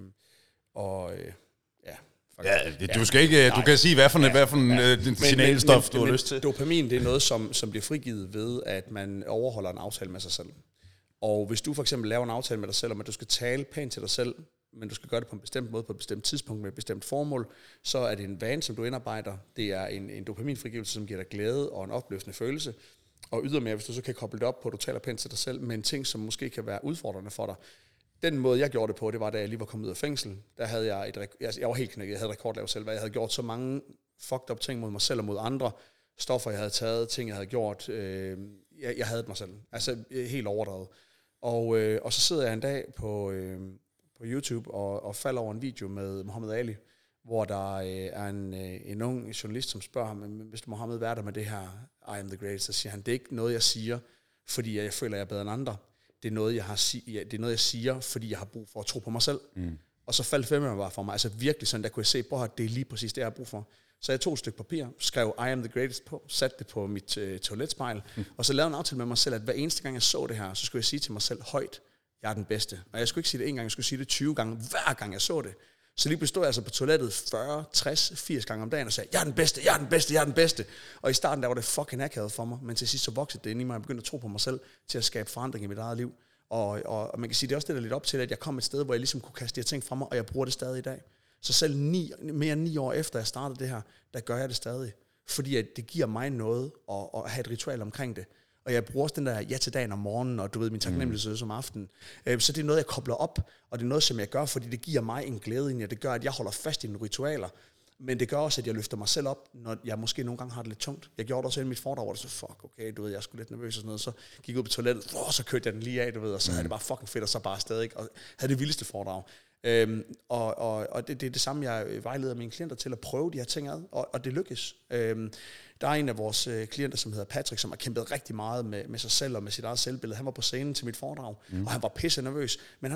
du skal ikke, du kan sige, hvad for en signalstof, du har lyst til. Dopamin, det er noget, som bliver frigivet ved, at man overholder en aftale med sig selv. Og hvis du for eksempel laver en aftale med dig selv, om at du skal tale pænt til dig selv, men du skal gøre det på en bestemt måde, på et bestemt tidspunkt, med et bestemt formål, så er det en vane, som du indarbejder. Det er en dopaminfrigivelse, som giver dig glæde og en opløftende følelse. Og ydermere, hvis du så kan koble det op på, at du taler pænt til dig selv, med en ting, som måske kan være udfordrende for dig. Den måde, jeg gjorde det på, det var, da jeg lige var kommet ud af fængsel. Der havde jeg var helt knækket, jeg havde rekordlavet selv, jeg havde gjort så mange fucked up ting mod mig selv og mod andre. Stoffer, jeg havde taget, ting, jeg havde gjort. Jeg havde mig selv. Altså helt overdrevet. Og så sidder jeg en dag på YouTube og falder over en video med Muhammad Ali, hvor der er en ung journalist, som spørger ham, hvis Muhammad hvad er der med det her I am the greatest, så siger han, det er ikke noget, jeg siger, fordi jeg føler, jeg er bedre end andre. Det er noget, jeg siger, fordi jeg har brug for at tro på mig selv. Og så faldt filmen bare for mig. Altså virkelig sådan, der kunne jeg se, det er lige præcis det, jeg har brug for. Så jeg tog et stykke papir, skrev I am the greatest på, satte det på mit toiletspejl, og så lavede en aftale med mig selv, at hver eneste gang jeg så det her, så skulle jeg sige til mig selv højt, jeg er den bedste. Og jeg skulle ikke sige det en gang, jeg skulle sige det 20 gange, hver gang jeg så det. Så lige pludselig stod jeg altså på toilettet 40, 60, 80 gange om dagen og sagde, jeg er den bedste, jeg er den bedste, jeg er den bedste. Og i starten der var det fucking akavet for mig, men til sidst så voksede det ind i mig, og jeg begyndte at tro på mig selv til at skabe forandring i mit eget liv. Og man kan sige, det er også det, der lidt op til, at jeg kom et sted, hvor jeg ligesom kunne kaste de her ting fra mig, og jeg bruger det stadig i dag. Så selv mere end 9 år efter jeg startede det her, der gør jeg det stadig. Fordi at det giver mig noget at have et ritual omkring det. Og jeg bruger også den der ja til dagen om morgenen, og du ved, min taknemmelighed som aften. Så det er noget, jeg kobler op, og det er noget, som jeg gør, fordi det giver mig en glæde ind i, og det gør, at jeg holder fast i mine ritualer. Men det gør også, at jeg løfter mig selv op, når jeg måske nogle gange har det lidt tungt. Jeg gjorde det også i mit foredrag, hvor det så, okay, du ved, jeg er sgu lidt nervøs og sådan noget. Så gik jeg ud på toilettet, så kørte jeg den lige af, du ved, og så havde det bare fucking fedt, og så bare stadig, og havde det vildeste foredrag. Og det er det samme, jeg vejleder mine klienter til at prøve de her ting ad, og det lykkes. Der er en af vores klienter, som hedder Patrick, som har kæmpet rigtig meget med sig selv og med sit eget selvbillede. Han var på scenen til mit foredrag, og han var pisse nervøs, men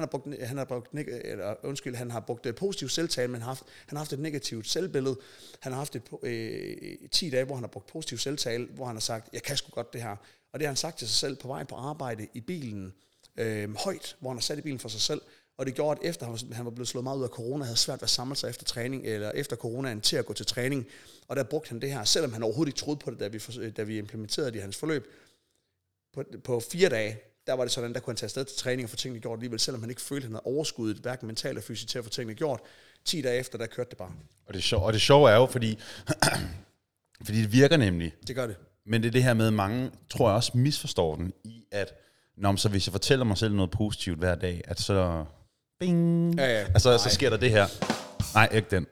han har brugt positiv selvtale, men han har haft et negativt selvbillede. Han har haft 10 dage, hvor han har brugt positiv selvtale, hvor han har sagt, jeg kan sgu godt det her. Og det har han sagt til sig selv på vej på arbejde i bilen, højt, hvor han har sat i bilen for sig selv. Og det gjorde, at efter han var blevet slået meget ud af corona, havde svært ved at samle sig efter træning, eller efter coronaen til at gå til træning. Og der brugte han det her, selvom han overhovedet ikke troede på det, da vi implementerede det i hans forløb. På 4 dage, der var det sådan, der kunne han tage afsted til træning og få tingene gjort alligevel, selvom han ikke følte, at han havde overskuddet, hverken mentalt eller fysisk, til at få tingene gjort. 10 dage efter, der kørte det bare. Og det sjove er jo, fordi det virker nemlig. Det gør det. Men det er det her med, mange tror jeg også misforstår den i, at så hvis jeg fortæller mig selv noget positivt hver dag, at så bing, ja. Altså, så sker der det her. Nej, ikke den.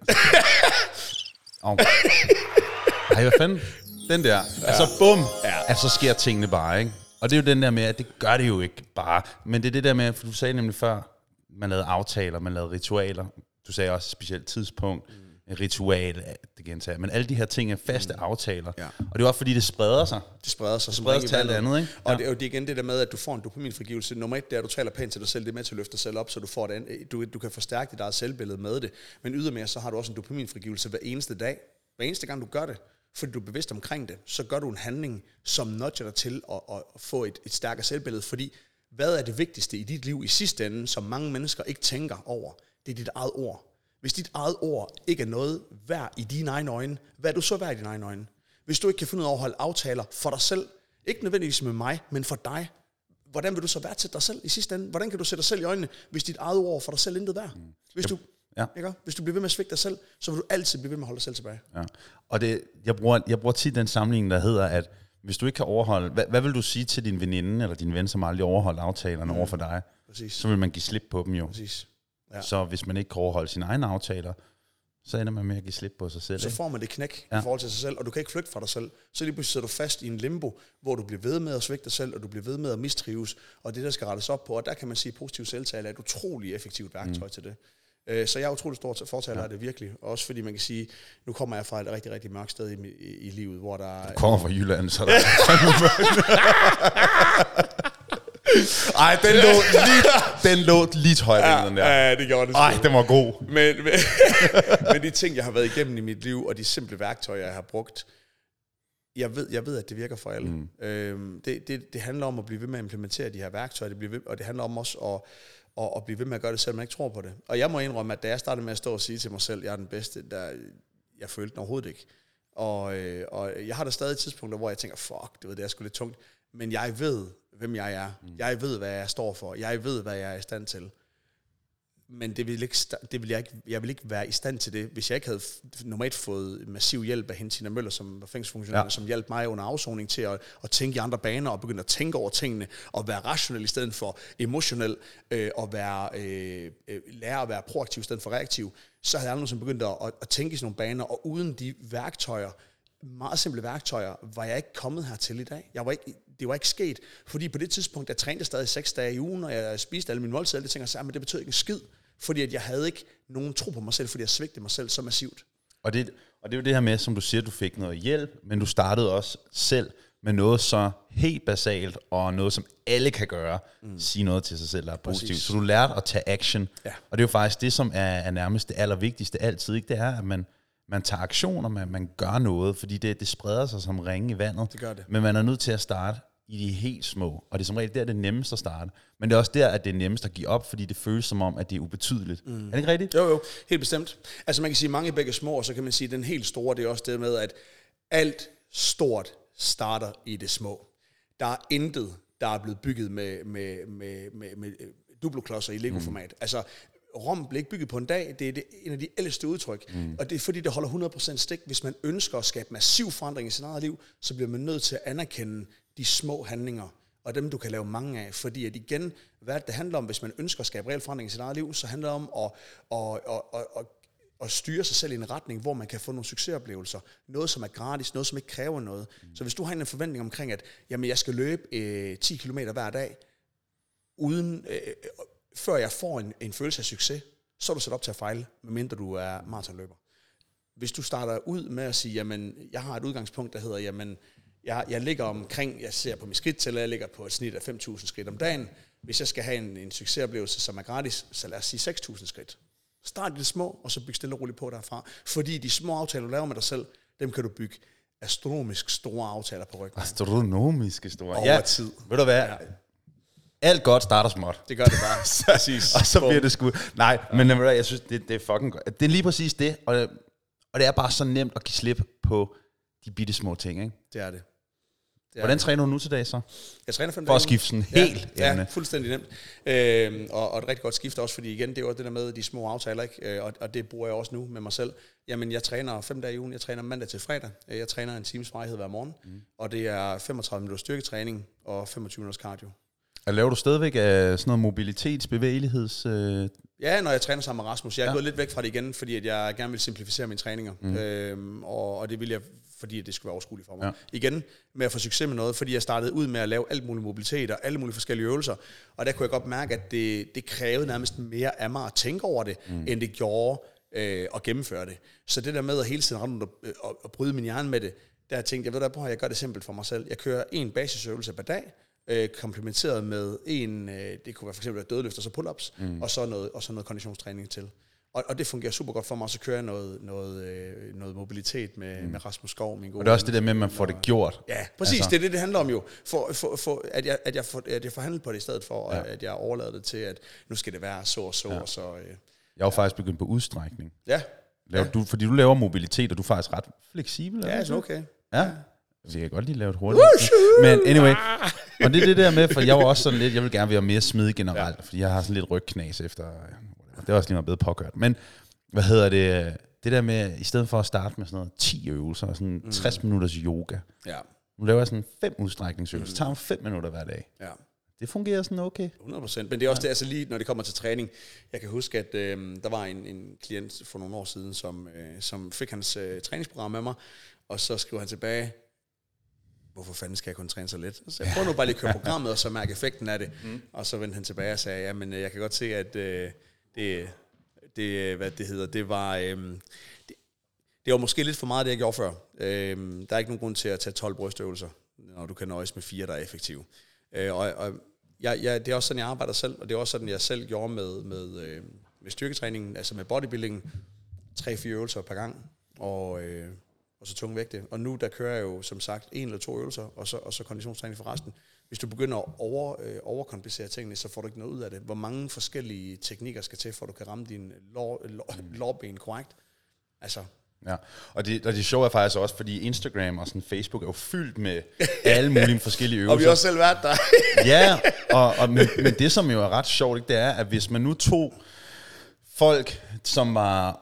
Ej, hvad fanden? Den der. Ja. Altså, bum. Ja. Altså, så sker tingene bare, ikke? Og det er jo den der med, at det gør det jo ikke bare. Men det er det der med, for du sagde nemlig før, man lavede aftaler, man lavede ritualer. Du sagde også et specielt tidspunkt. Ritual, det gentager. Men alle de her ting er faste aftaler. Ja. Og det er også fordi, det spreder sig. Det spreder sig til alt andet, ikke? Og det er jo igen det der med, at du får en dopaminfrigivelse. Nummer 1, det er, at du taler pænt til dig selv. Det er med til at løfte dig selv op, så du får du kan forstærke dit eget selvbillede med det. Men ydermere, så har du også en dopaminfrigivelse hver eneste dag. Hver eneste gang, du gør det, fordi du er bevidst omkring det, så gør du en handling, som nudger dig til at få et stærkere selvbillede. Fordi, hvad er det vigtigste i dit liv i sidste ende, som mange mennesker ikke tænker over? Det er dit eget ord. Hvis dit eget ord ikke er noget værd i dine egne øjne, hvad er du så værd i dine egne øjne? Hvis du ikke kan finde ud af at holde aftaler for dig selv, ikke nødvendigvis med mig, men for dig, hvordan vil du så værdsætte dig selv i sidste ende? Hvordan kan du sætte dig selv i øjnene, hvis dit eget ord for dig selv intet værd? Hvis du bliver ved med at svigte dig selv, så vil du altid blive ved med at holde dig selv tilbage. Ja. Og jeg bruger tit den sammenligning, der hedder, at hvis du ikke kan overholde, hvad vil du sige til din veninde eller din ven, som aldrig overholder aftalerne over for dig? Præcis. Så vil man give slip på dem jo. Præcis. Ja. Så hvis man ikke kan overholde sine egne aftaler, så ender man med at give slip på sig selv. Så får man det knæk i forhold til sig selv, og du kan ikke flygte fra dig selv. Så lige pludselig sidder du fast i en limbo, hvor du bliver ved med at svigte dig selv, og du bliver ved med at mistrives, og det der skal rettes op på, og der kan man sige, at positiv selvtale er et utroligt effektivt værktøj til det. Så jeg er utrolig stor fortaler af det virkelig. Også fordi man kan sige, nu kommer jeg fra et rigtig, rigtig mørkt sted i livet, hvor der... Du kommer fra Jylland, så der Ej, den lå lige højt, den der. Ja, det gjorde det. Ej, den var god. Men de ting, jeg har været igennem i mit liv, og de simple værktøjer, jeg har brugt, jeg ved, at det virker for alle. Det handler om at blive ved med at implementere de her værktøjer, og det handler om også at blive ved med at gøre det, selvom man ikke tror på det. Og jeg må indrømme, at da jeg startede med at stå og sige til mig selv, at jeg er den bedste, jeg følte den overhovedet ikke. Og jeg har da stadig tidspunkter, hvor jeg tænker, fuck, det er sgu lidt tungt. Men jeg ved, hvem jeg er. Jeg ved, hvad jeg står for. Jeg ved, hvad jeg er i stand til. Men jeg vil ikke være i stand til det, hvis jeg ikke havde normalt fået massiv hjælp af Tina Møller, som var fængselsfunktionær, som hjalp mig under afsoning til at tænke i andre baner, og begynde at tænke over tingene, og være rationel i stedet for emotionel, og lære at være proaktiv i stedet for reaktiv. Så havde jeg aldrig begyndt at tænke i sådan nogle baner, og uden de værktøjer, meget simple værktøjer, var jeg ikke kommet hertil i dag. Det var ikke sket, fordi på det tidspunkt, jeg trænede stadig 6 dage i ugen, og jeg spiste alle mine måltider, det tænker jeg, men det betød ikke en skid, fordi at jeg havde ikke nogen tro på mig selv, fordi jeg svigtede mig selv så massivt. Og det er jo det her med, som du siger, du fik noget hjælp, men du startede også selv med noget så helt basalt, og noget, som alle kan gøre, sige noget til sig selv, der er positivt. Præcis. Så du lærte at tage action, og det er jo faktisk det, som er nærmest det allervigtigste altid, ikke? Det er, at man tager aktion, og man gør noget, fordi det spreder sig som ringe i vandet. Det gør det. Men man er nødt til at starte i de helt små, og det er som regel der, det er nemmest at starte. Men det er også der, at det er nemmest at give op, fordi det føles som om, at det er ubetydeligt. Er det ikke rigtigt? Jo, helt bestemt. Altså man kan sige mange begge små, og så kan man sige, at den helt store, det er også det med, at alt stort starter i det små. Der er intet, der er blevet bygget med duploklodser i Lego-format. Altså Rom blev ikke bygget på en dag, det er en af de ældste udtryk, og det er fordi, det holder 100% stik. Hvis man ønsker at skabe massiv forandring i sit eget liv, så bliver man nødt til at anerkende de små handlinger, og dem du kan lave mange af, fordi at igen, hvad det handler om, hvis man ønsker at skabe reel forandring i sit eget liv, så handler det om at styre sig selv i en retning, hvor man kan få nogle succesoplevelser, noget som er gratis, noget som ikke kræver noget. Så hvis du har en forventning omkring, at jamen, jeg skal løbe 10 km hver dag, uden før jeg får en følelse af succes, så er du sat op til at fejle, medmindre du er maratonløber. Hvis du starter ud med at sige, jamen, jeg har et udgangspunkt, der hedder, jamen, jeg ligger omkring, jeg ser på mit skridttæller, jeg ligger på et snit af 5.000 skridt om dagen. Hvis jeg skal have en succesoplevelse, som er gratis, så lad os sige 6.000 skridt. Start i det små, og så byg stille og roligt på derfra. Fordi de små aftaler, du laver med dig selv, dem kan du bygge astronomisk store aftaler på ryggen. Astronomiske store? Over tid. Ved du hvad? Ja. Alt godt starter småt. Det gør det bare. Præcis. Og så bliver det sgu... Nej, men jeg synes, det er fucking godt. Det er lige præcis det, og det er bare så nemt at give slip på de bitte små ting, ikke? Det er det. Hvordan træner du nu til dag så? Jeg træner 5 dage. For at skifte sådan helt. Ja, fuldstændig nemt. Og et rigtig godt skift også, fordi igen, det er jo det der med de små aftaler, ikke? Og det bruger jeg også nu med mig selv. Jamen, jeg træner 5 dage i ugen. Jeg træner mandag til fredag. Jeg træner en times varighed hver morgen. Og det er 35 minutter styrketræning og 25 minutters cardio. Laver du stadigvæk sådan noget mobilitetsbevægeligheds... Ja, når jeg træner sammen med Rasmus. Jeg er gået lidt væk fra det igen, fordi at jeg gerne vil simplificere mine træninger. Og det vil jeg, fordi det skulle være overskueligt for mig. Ja. Igen, med at få succes med noget, fordi jeg startede ud med at lave alt mulig mobilitet og alle mulige forskellige øvelser. Og der kunne jeg godt mærke, at det krævede nærmest mere af mig at tænke over det, end det gjorde at gennemføre det. Så det der med at hele tiden rende og bryde min hjerne med det, der tænkte jeg, jeg gør det simpelt for mig selv. Jeg kører en basisøvelse per dag, komplementeret med det kunne være for eksempel dødløft og så pull-ups, og så noget konditionstræning til. Og det fungerer super godt for mig, og så kører jeg noget mobilitet med Rasmus Skov, min gode. Og det er også det der med, at man får det gjort. Ja, præcis, altså. Det handler om jo, at jeg får handlet på det i stedet for, at jeg overlader det til, at nu skal det være så og så, og så. Jeg har faktisk begyndt på udstrækning. Ja. Fordi du laver mobilitet, og du er faktisk ret fleksibel. Ja, så okay. Ja. Så jeg kan godt lige lave et hurtigt. Men anyway, og det er det der med, for jeg var også sådan lidt, jeg vil gerne være mere smidig generelt, fordi jeg har sådan lidt rygknas efter, det er også lige meget bedre påkørt. Men det der med, i stedet for at starte med sådan noget 10 øvelser, sådan 60 minutters yoga, nu laver jeg sådan 5 udstrækningsøvelser, tager 5 minutter hver dag. Ja. Det fungerer sådan okay. 100%, men det er også det, altså lige når det kommer til træning. Jeg kan huske, at der var en klient for nogle år siden, som fik hans træningsprogram med mig, og så skriver han tilbage, hvorfor fanden skal jeg kun træne så lidt? Så jeg prøver nu bare lige at køre programmet, og så mærke effekten af det. Og så vendte han tilbage og sagde, men jeg kan godt se, at det var måske lidt for meget, det jeg gjorde før. Der er ikke nogen grund til at tage 12 brystøvelser, når du kan nøjes med 4, der er effektive. Og det er også sådan, jeg arbejder selv, og det er også sådan, jeg selv gjorde med styrketræningen, altså med bodybuilding, 3-4 øvelser per gang, og så tung vægte. Og nu, der kører jeg jo, som sagt, 1 eller 2 øvelser, og så konditionstræning for resten. Hvis du begynder at overkomplicere tingene, så får du ikke noget ud af det. Hvor mange forskellige teknikker skal til, for at du kan ramme dine lårben korrekt? Altså... Ja, og det sjove er faktisk også, fordi Instagram og sådan Facebook er jo fyldt med alle mulige forskellige øvelser. Og vi har også selv været der. Ja, men det som jo er ret sjovt, ikke, det er, at hvis man nu tog folk, som var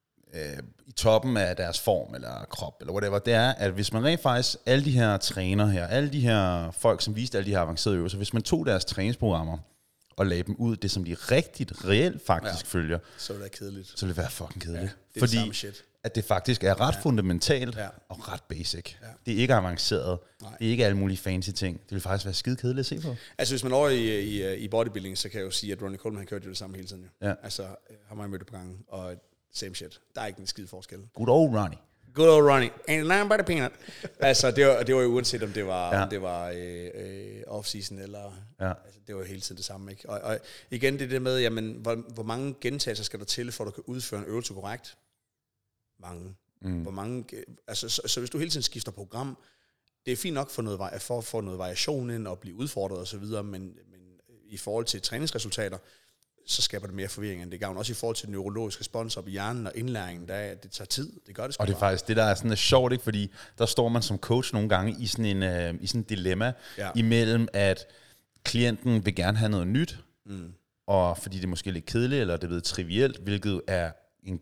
i toppen af deres form eller krop eller whatever, det er, at hvis man rent faktisk, alle de her træner her, alle de her folk, som viste alle de her avancerede øvelser, hvis man tog deres træningsprogrammer og lagde dem ud, det som de reelt faktisk følger, så vil det være kedeligt. Så vil det være fucking kedeligt. Ja, det er fordi samme shit. At det faktisk er ret fundamentalt og ret basic. Ja. Det er ikke avanceret. Nej. Det er ikke alle mulige fancy ting. Det vil faktisk være skide kedeligt at se på. Altså hvis man er over i bodybuilding, så kan jeg jo sige, at Ronnie Coleman, han kørte jo det samme hele tiden. Jo. Ja. Altså har man mødt på gangen, og same shit. Der er ikke en skide forskel. Good old Ronnie. Good old Ronnie. Ain't nothing but a peanut. Altså det var jo uanset om det var off-season eller... Ja. Altså, det var jo hele tiden det samme, ikke? Og igen det der med, jamen, hvor mange gentagelser skal der til, for at du kan udføre en øvelse korrekt? Mange. Hvor mange, altså, så hvis du hele tiden skifter program, det er fint nok for at få noget variation ind og blive udfordret og så videre, men i forhold til træningsresultater, så skaber det mere forvirring end det gavn. Også i forhold til neurologisk respons op i hjernen og indlæringen, det tager tid. Det gør det sgu. Og det er faktisk det, der er sådan sjovt, ikke? Fordi der står man som coach nogle gange i sådan en dilemma imellem, at klienten vil gerne have noget nyt, og fordi det er måske lidt kedeligt, eller det er trivielt, hvilket er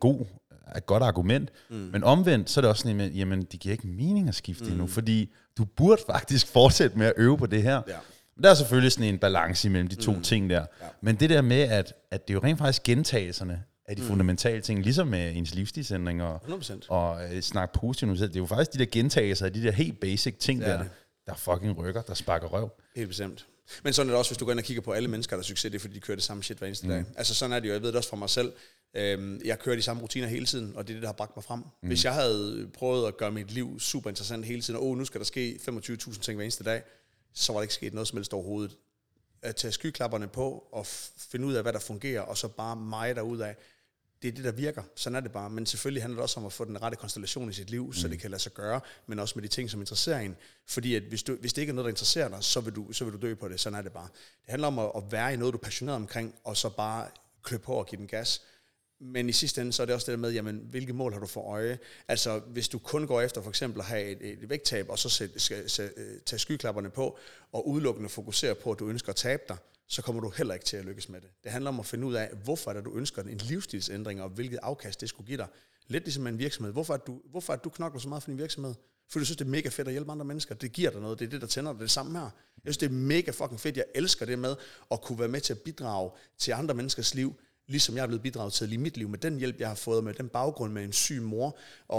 et godt argument, men omvendt, så er det også sådan, jamen, det giver ikke mening at skifte endnu, fordi du burde faktisk fortsætte med at øve på det her. Ja. Der er selvfølgelig sådan en balance imellem de to ting der. Ja. Men det der med, at det er jo rent faktisk gentagelserne af de fundamentale ting, ligesom med ens livsstilsændring og snak positivt, det er jo faktisk de der gentagelser af de der helt basic ting der fucking rykker, der sparker røv. Helt bestemt. Men sådan er det også, hvis du går ind og kigger på alle mennesker, der har succes, det er fordi, de kører det samme shit hver eneste dag. Altså sådan er det jo, jeg ved det også fra mig selv. Jeg kører de samme rutiner hele tiden, og det er det, der har bragt mig frem. Hvis jeg havde prøvet at gøre mit liv super interessant hele tiden, og nu skal der ske 25.000 ting hver eneste dag, så var der ikke sket noget som helst overhovedet. At tage skyklapperne på og finde ud af, hvad der fungerer, og så bare mig derudad. Det er det, der virker. Sådan er det bare. Men selvfølgelig handler det også om at få den rette konstellation i sit liv, så det kan lade sig gøre, men også med de ting, som interesserer en. Fordi at hvis det ikke er noget, der interesserer dig, så vil du dø på det. Sådan er det bare. Det handler om at være i noget, du er passioneret omkring, og så bare klø på og give den gas. Men i sidste ende, så er det også det der med, jamen, hvilke mål har du for øje? Altså, hvis du kun går efter for eksempel at have et vægttab, og så tage skyklapperne på, og udelukkende fokusere på, at du ønsker at tabe dig, så kommer du heller ikke til at lykkes med det. Det handler om at finde ud af, hvorfor er det, du ønsker en livsstilsændring, og hvilket afkast det skulle give dig. Lidt ligesom en virksomhed. Hvorfor er du knokler så meget for din virksomhed? Fordi du synes, det er mega fedt at hjælpe andre mennesker. Det giver dig noget. Det er det, der tænder dig. Det er det samme her. Jeg synes, det er mega fucking fedt. Jeg elsker det med at kunne være med til at bidrage til andre menneskers liv, ligesom jeg er blevet bidraget til i mit liv, med den hjælp, jeg har fået, med den baggrund med en syg mor,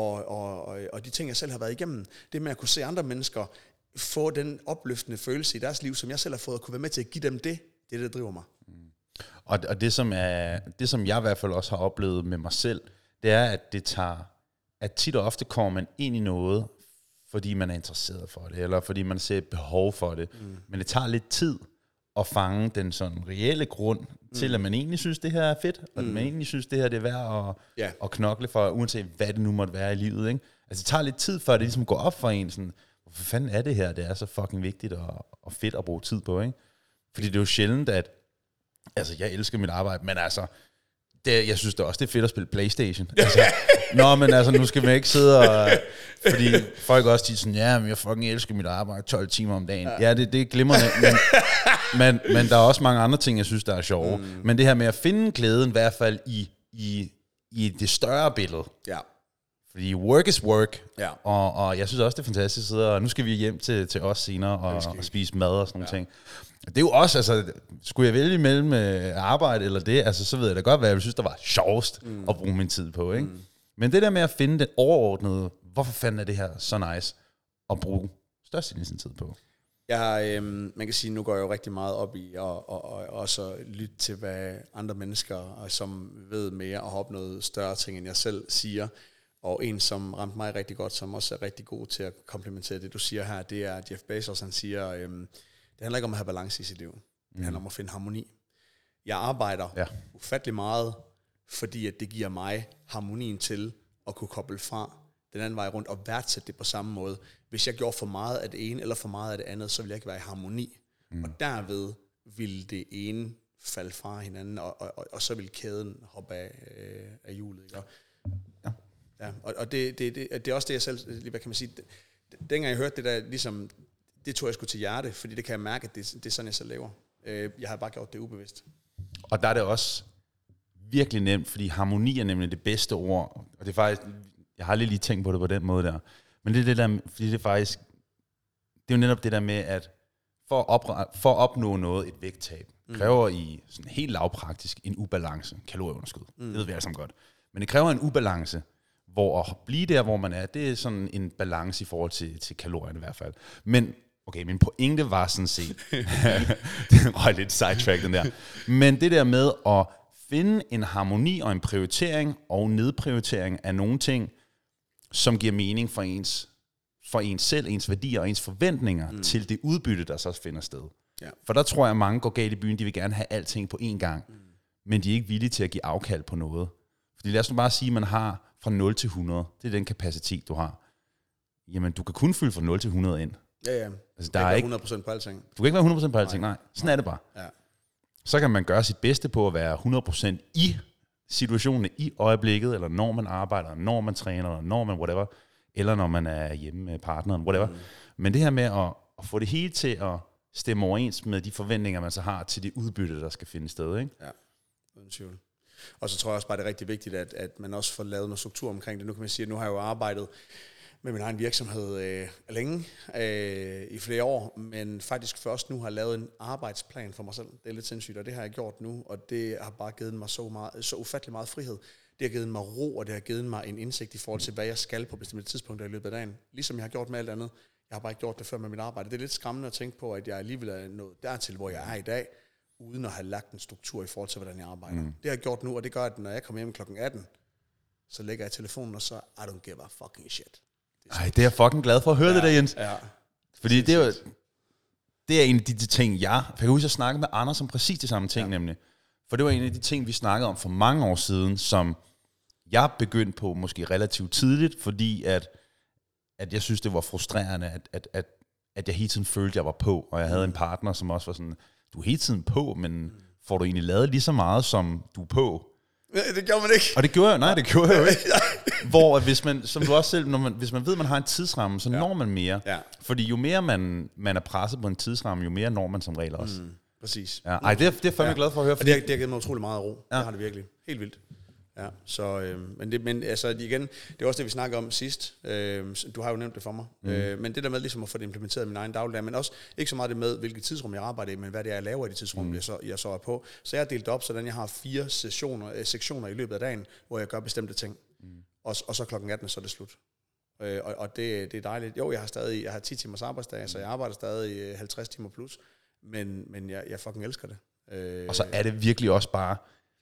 og de ting, jeg selv har været igennem. Det med at kunne se andre mennesker få den opløftende følelse i deres liv, som jeg selv har fået, at kunne være med til at give dem det er det, der driver mig. Og det, som jeg i hvert fald også har oplevet med mig selv, det er, at tit og ofte kommer man ind i noget, fordi man er interesseret for det, eller fordi man ser et behov for det. Men det tager lidt tid at fange den sådan reelle grund til, at man egentlig synes, det her er fedt, og at man egentlig synes, det her det er værd at knokle for, uanset hvad det nu måtte være i livet. Ikke? Altså det tager lidt tid, før det ligesom går op for en, sådan, hvorfor fanden er det her, det er så fucking vigtigt og fedt at bruge tid på, ikke? Fordi det er jo sjældent, at altså jeg elsker mit arbejde, men altså jeg synes det også, det er fedt at spille PlayStation. Altså, men altså, nu skal man ikke sidde og... Fordi folk også siger sådan, ja, men jeg fucking elsker mit arbejde 12 timer om dagen. Ja, det er glimrende, men der er også mange andre ting, jeg synes, der er sjove. Men det her med at finde glæden, i hvert fald i det større billede. Ja. Fordi work is work, og jeg synes også, det er fantastisk at sidde, og nu skal vi hjem til os senere og spise mad og sådan nogle ting. Det er jo også, altså, skulle jeg vælge mellem arbejde eller det, altså, så ved jeg da godt, hvad jeg synes, der var sjovest at bruge min tid på, ikke? Men det der med at finde den overordnede, hvorfor fanden er det her så nice at bruge størstedelen af sin tid på? Man kan sige, nu går jeg jo rigtig meget op i og også lytte til, hvad andre mennesker, som ved mere og har opnået større ting, end jeg selv siger. Og en, som ramte mig rigtig godt, som også er rigtig god til at komplementere det, du siger her, det er Jeff Bezos, han siger, det handler ikke om at have balance i sit liv. Det handler om at finde harmoni. Jeg arbejder ufattelig meget, fordi at det giver mig harmonien til at kunne koble fra den anden vej rundt og værdsætte det på samme måde. Hvis jeg gjorde for meget af det ene eller for meget af det andet, så ville jeg ikke være i harmoni. Og derved ville det ene falde fra hinanden, og så ville kæden hoppe af hjulet. Ikke? Ja, og det er også det, jeg selv, hvad kan man sige, dengang jeg hørte det der, ligesom, det tog jeg sgu til hjerte, fordi det kan jeg mærke, at det er sådan, jeg selv lever. Jeg har bare gjort det ubevidst. Og der er det også virkelig nemt, fordi harmoni er nemlig det bedste ord, og det er faktisk, jeg har lige tænkt på det på den måde der, men det er det der, fordi det er faktisk, det er jo netop det der med, at for at opnå noget, et vægttab, kræver i sådan helt lavpraktisk en ubalance, kalorieunderskud. Det ved vi alle sammen godt. Men det kræver en ubalance, hvor at blive der, hvor man er, det er sådan en balance i forhold til kalorierne i hvert fald. Men, okay, min pointe var sådan set, det var lidt sidetrack den der, men det der med at finde en harmoni og en prioritering og nedprioritering af nogle ting, som giver mening for ens selv, ens værdier og ens forventninger til det udbytte, der så finder sted. Ja. For der tror jeg, at mange går galt i byen, de vil gerne have alting på én gang, men de er ikke villige til at give afkald på noget. Fordi lad os nu bare sige, at man har fra 0 til 100, det er den kapacitet, du har. Jamen, du kan kun fylde fra 0 til 100 ind. Ja. Altså, der er ikke 100% på alting. Du kan ikke være 100% på alting, nej. Sådan er det bare. Ja. Så kan man gøre sit bedste på at være 100% i situationen, i øjeblikket, eller når man arbejder, når man træner, eller når man whatever, eller når man er hjemme med partneren, whatever. Men det her med at få det hele til at stemme overens med de forventninger, man så har til det udbytte, der skal finde sted, ikke? Ja, uden tvivl. Og så tror jeg også bare, det er rigtig vigtigt, at man også får lavet noget struktur omkring det. Nu kan man sige, at nu har jeg jo arbejdet med min egen virksomhed længe, i flere år, men faktisk først nu har jeg lavet en arbejdsplan for mig selv. Det er lidt sindssygt, og det har jeg gjort nu, og det har bare givet mig så ufattelig meget frihed. Det har givet mig ro, og det har givet mig en indsigt i forhold til, hvad jeg skal på bestemte tidspunkter i løbet af dagen. Ligesom jeg har gjort med alt andet. Jeg har bare ikke gjort det før med mit arbejde. Det er lidt skræmmende at tænke på, at jeg alligevel er nået dertil, hvor jeg er i dag, uden at have lagt en struktur i forhold til, hvordan jeg arbejder. Det har jeg gjort nu, og det gør, at når jeg kommer hjem klokken 18, så lægger jeg telefonen, og så I don't give a fucking shit. Det er jeg fucking glad for at høre det der, Jens. Ja. Fordi det er en af de ting, jeg kan huske, at snakke med Anders om præcis de samme ting, nemlig. For det var en af de ting, vi snakkede om for mange år siden, som jeg begyndte på måske relativt tidligt, fordi at jeg synes, det var frustrerende, at jeg hele tiden følte, at jeg var på, og jeg havde en partner, som også var sådan, du er hele tiden på, men får du egentlig lavet lige så meget, som du er på? Det gjorde man ikke. Og det gjorde jeg, det gjorde jeg jo ikke. Hvor hvis man, som du også selv, hvis man ved, at man har en tidsramme, så når man mere. Ja. Fordi jo mere man er presset på en tidsramme, jo mere når man som regel også. Præcis. Ja. Ej, det er fandme glad for at høre. Og det har givet mig utrolig meget ro. Ja. Det har det virkelig. Helt vildt. Ja, så, men altså igen, det er også det, vi snakker om sidst. Du har jo nævnt det for mig. Men det der med ligesom at få det implementeret i min egen dagligdag, men også ikke så meget det med, hvilket tidsrum jeg arbejder i, men hvad det er, jeg laver i de tidsrum, jeg så er på. Så jeg har delt op, sådan jeg har 4 sektioner i løbet af dagen, hvor jeg gør bestemte ting. Og så klokken 18, så er det slut. Og det er dejligt. Jo, jeg har 10 timers arbejdsdag, så jeg arbejder stadig 50 timer plus, men jeg fucking elsker det. Og så er det virkelig også bare,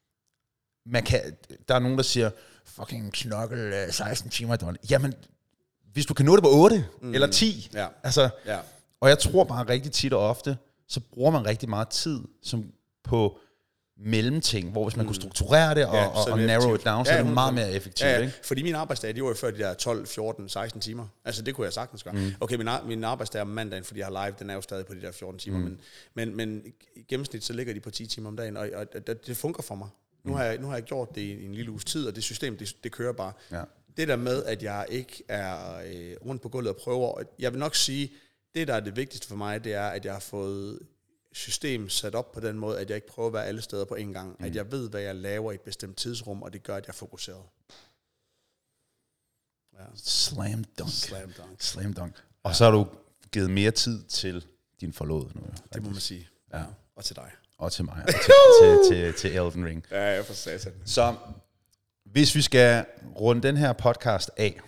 der er nogen, der siger, fucking knokkel 16 timer i døgnet. Jamen, hvis du kan nå det på 8 eller 10, altså, og jeg tror bare rigtig tit og ofte, så bruger man rigtig meget tid på mellemting, hvor hvis man kunne strukturere det og narrow it down, så er det meget mere effektivt. Ja. Ikke? Fordi min arbejdsdag, de var jo før de der 12, 14, 16 timer. Altså det kunne jeg sagtens gøre. Okay, min arbejdsdag om mandagen, fordi jeg har live, den er jo stadig på de der 14 timer, men i gennemsnit, så ligger de på 10 timer om dagen, og det fungerer for mig. Nu har jeg gjort det i en lille uges tid, og det system, det kører bare. Ja. Det der med, at jeg ikke er rundt på gulvet og prøver, jeg vil nok sige, det der er det vigtigste for mig, det er, at jeg har fået system sat op på den måde, at jeg ikke prøver at være alle steder på en gang. At jeg ved, hvad jeg laver i et bestemt tidsrum, og det gør, at jeg er fokuseret. Ja. Slam dunk. Og så har du givet mere tid til din forlovede nu. Det må man sige. Ja. Og til dig. Og til mig. Og til Elden Ring. Ja, jeg får satan. Så hvis vi skal runde den her podcast af,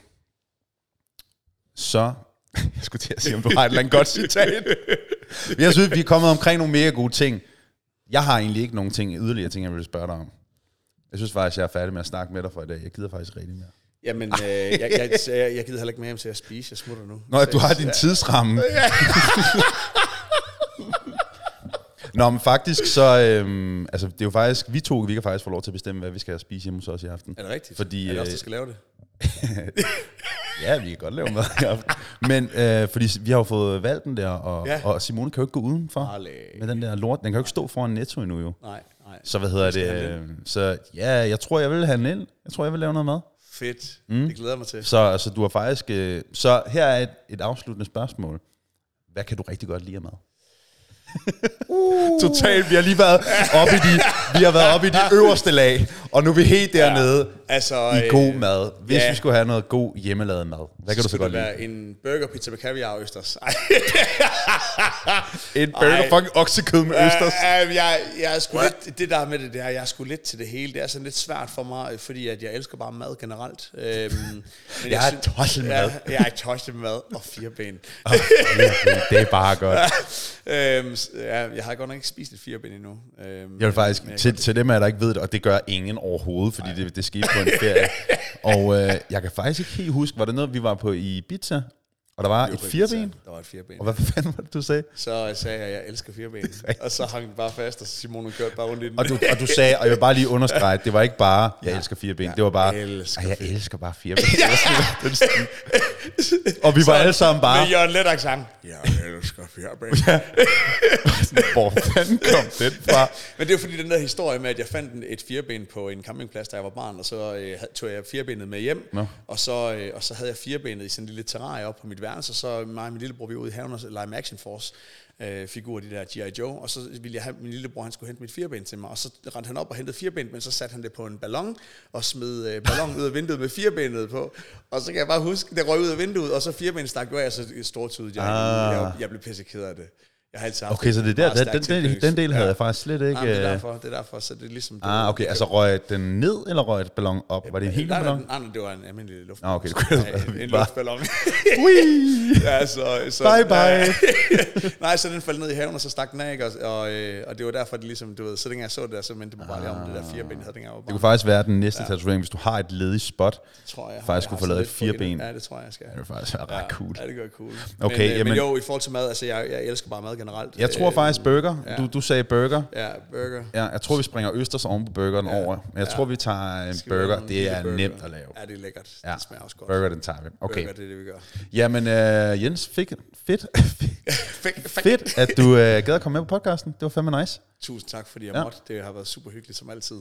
så jeg skulle til at sige, om du har et eller andet godt citat. Jeg synes, vi er kommet omkring nogle mega gode ting. Jeg har egentlig ikke nogen yderligere ting, jeg vil spørge dig om. Jeg synes faktisk, jeg er færdig med at snakke med dig for i dag. Jeg gider faktisk rigtig mere. Jamen, jeg gider heller ikke med hjem til at spise. Jeg smutter nu. Nå, du har din tidsramme. Nå, men faktisk så, altså det er jo faktisk, vi kan faktisk få lov til at bestemme, hvad vi skal spise hjemme hos os i aften. Er det rigtigt? Fordi, er det også, der skal lave det? Ja, vi kan godt lave mad i aften. Men fordi vi har jo fået valgt den der, og Simone kan jo ikke gå udenfor med den der lort. Den kan jo ikke stå foran Netto endnu jo. Nej. Så hvad hedder det? Så ja, jeg tror, jeg vil have den ind. Jeg tror, jeg vil lave noget mad. Fedt. Det glæder mig til. Så du har faktisk... så her er et afsluttende spørgsmål. Hvad kan du rigtig godt lide af mad? Totalt, vi har lige været oppe i de øverste lag, og nu er vi helt dernede i god mad. Hvis vi skulle have noget god hjemmelavet mad, hvad kan du så godt lide? Det være en burger pizza med kaviar og østers. En burger fucking oksekød med østers. Jeg er sgu lidt, det der med det der, jeg er sgu lidt til det hele. Det er sådan lidt svært for mig, fordi at jeg elsker bare mad generelt. Men jeg er tosset med mad. Jeg er tosset med mad og 4 ben. Det er bare godt. Jeg har godt nok ikke spist et 4 ben endnu. Jeg vil faktisk, til dem der ikke ved det, og det gør ingen overhovedet, fordi det skete på en ferie. Og jeg kan faktisk ikke helt huske, var det noget, vi var på i Ibiza, og der var et 4-ben? Der var et 4-ben. Og hvad fanden var det, du sagde? Så sagde jeg, at jeg elsker 4-ben. Og så hang den bare fast, og Simone kørte bare rundt i den. Og du sagde, og jeg vil bare lige understrege, det var ikke bare, jeg elsker 4-ben. Det var bare, jeg elsker bare 4-ben. Og vi var alle sammen bare... Med Jørgen Let accent. Jeg elsker 4-ben. Hvor fanden kom den fra? Men det er fordi den der historie med, at jeg fandt et 4-ben på en campingplads, da jeg var barn, og så tog jeg 4-benet med hjem, og så havde jeg 4-benet i sådan en lille terrarie op på mit værelse, og så mig og min lillebror, vi var ude i haven og lege med Action Force figurer, de der G.I. Joe, og så ville jeg have, min lillebror, han skulle hente mit 4-ben til mig, og så rendte han op og hentede 4-ben, men så satte han det på en ballon, og smed ballonen ud af vinduet med 4-benet på, og så kan jeg bare huske, det røg ud af vinduet, og så 4-benet stak af, og så stortudet jeg blev pisse ked af det. Jeg har altid haft okay, så det der, den del havde jeg faktisk slet ikke... det er derfor, så det er ligesom... okay, altså røg den ned, eller røg et ballon op? Var det en hel ballon? Nej, det var en almindelig luftballon. Okay, det kunne en luftballon. Ja, så bye bye. Nej, så den faldt ned i haven, og så stak den af, ikke? Og det var derfor, det ligesom, du ved, så dengang jeg så det der, så mindte det mig bare lige om det der 4-ben, jeg havde dengang. Det kunne faktisk være den næste tatovering, hvis du har et ledigt spot, tror jeg faktisk kunne få lavet et 4-ben. Ja, det tror jeg skal. Det vil faktisk være ret cool. Ja, det gør cool. Okay, men jo, i forhold til mad, altså jeg elsker bare mad generelt. Jeg tror faktisk burger. Du sagde burger. Ja, burger. Ja, jeg tror, vi springer østers oven på burgeren over. Men jeg tror, vi tager en burger. Det er nemt at lave. Ja, det er lækkert. Ja. Det smager også godt. Burger, den tager vi. Okay. Burger, det er det, vi gør. Jamen, Jens, fedt, at du gad at komme med på podcasten. Det var fandme nice. Tusind tak, fordi jeg måtte. Det har været super hyggeligt, som altid.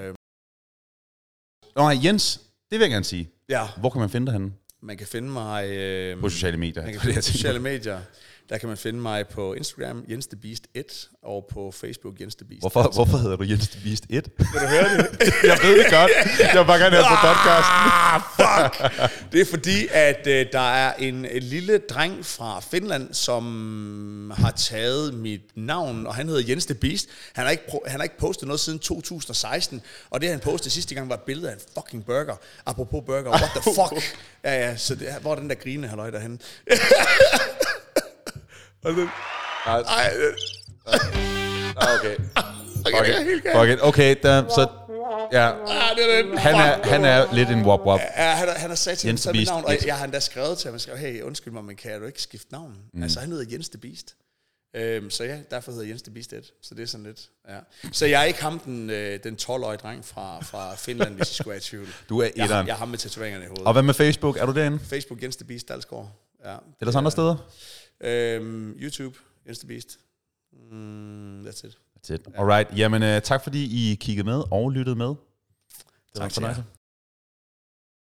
Nå, Jens, det vil jeg gerne sige. Ja. Hvor kan man finde dig henne? Man kan finde mig... på sociale medier. Man kan finde på sociale medier. Der kan man finde mig på Instagram, Jens the Beast 1, og på Facebook, Jens the Beast. Hvorfor hedder du Jens the Beast 1? Vil du høre det? Jeg ved det godt. Jeg vil bare gerne høre på podcasten. Fuck! Det er fordi, at der er en lille dreng fra Finland, som har taget mit navn, og han hedder Jens the Beast. Han har ikke postet noget siden 2016, og det han postede sidste gang var et billede af en fucking burger. Apropos burger, what the fuck? Ja, så hvor er den der grine, halløj derhenne? Okay. Fuck it. Okay, så... Ja. Han er lidt en wop-wop. Ja, han har sagt til ham mit navn, og jeg har endda skrevet til ham, hey, undskyld mig, men kan du ikke skifte navn? Altså, han hedder Jens the Beast. Så ja, derfor hedder Jens the Beast 1. Så det er sådan lidt, ja. Så jeg er ikke ham, den 12-årige dreng fra Finland, hvis I skulle være i tvivl. Du er etteren. Jeg er ham med tatoveringerne i hovedet. Og hvad med Facebook? Er du derinde? Facebook, Jens the Beast Dalsgaard. Ja. Er der andre steder? YouTube, Jens the Beast. That's it. Alright, jamen tak fordi I kiggede med og lyttede med. Det var tak for dig.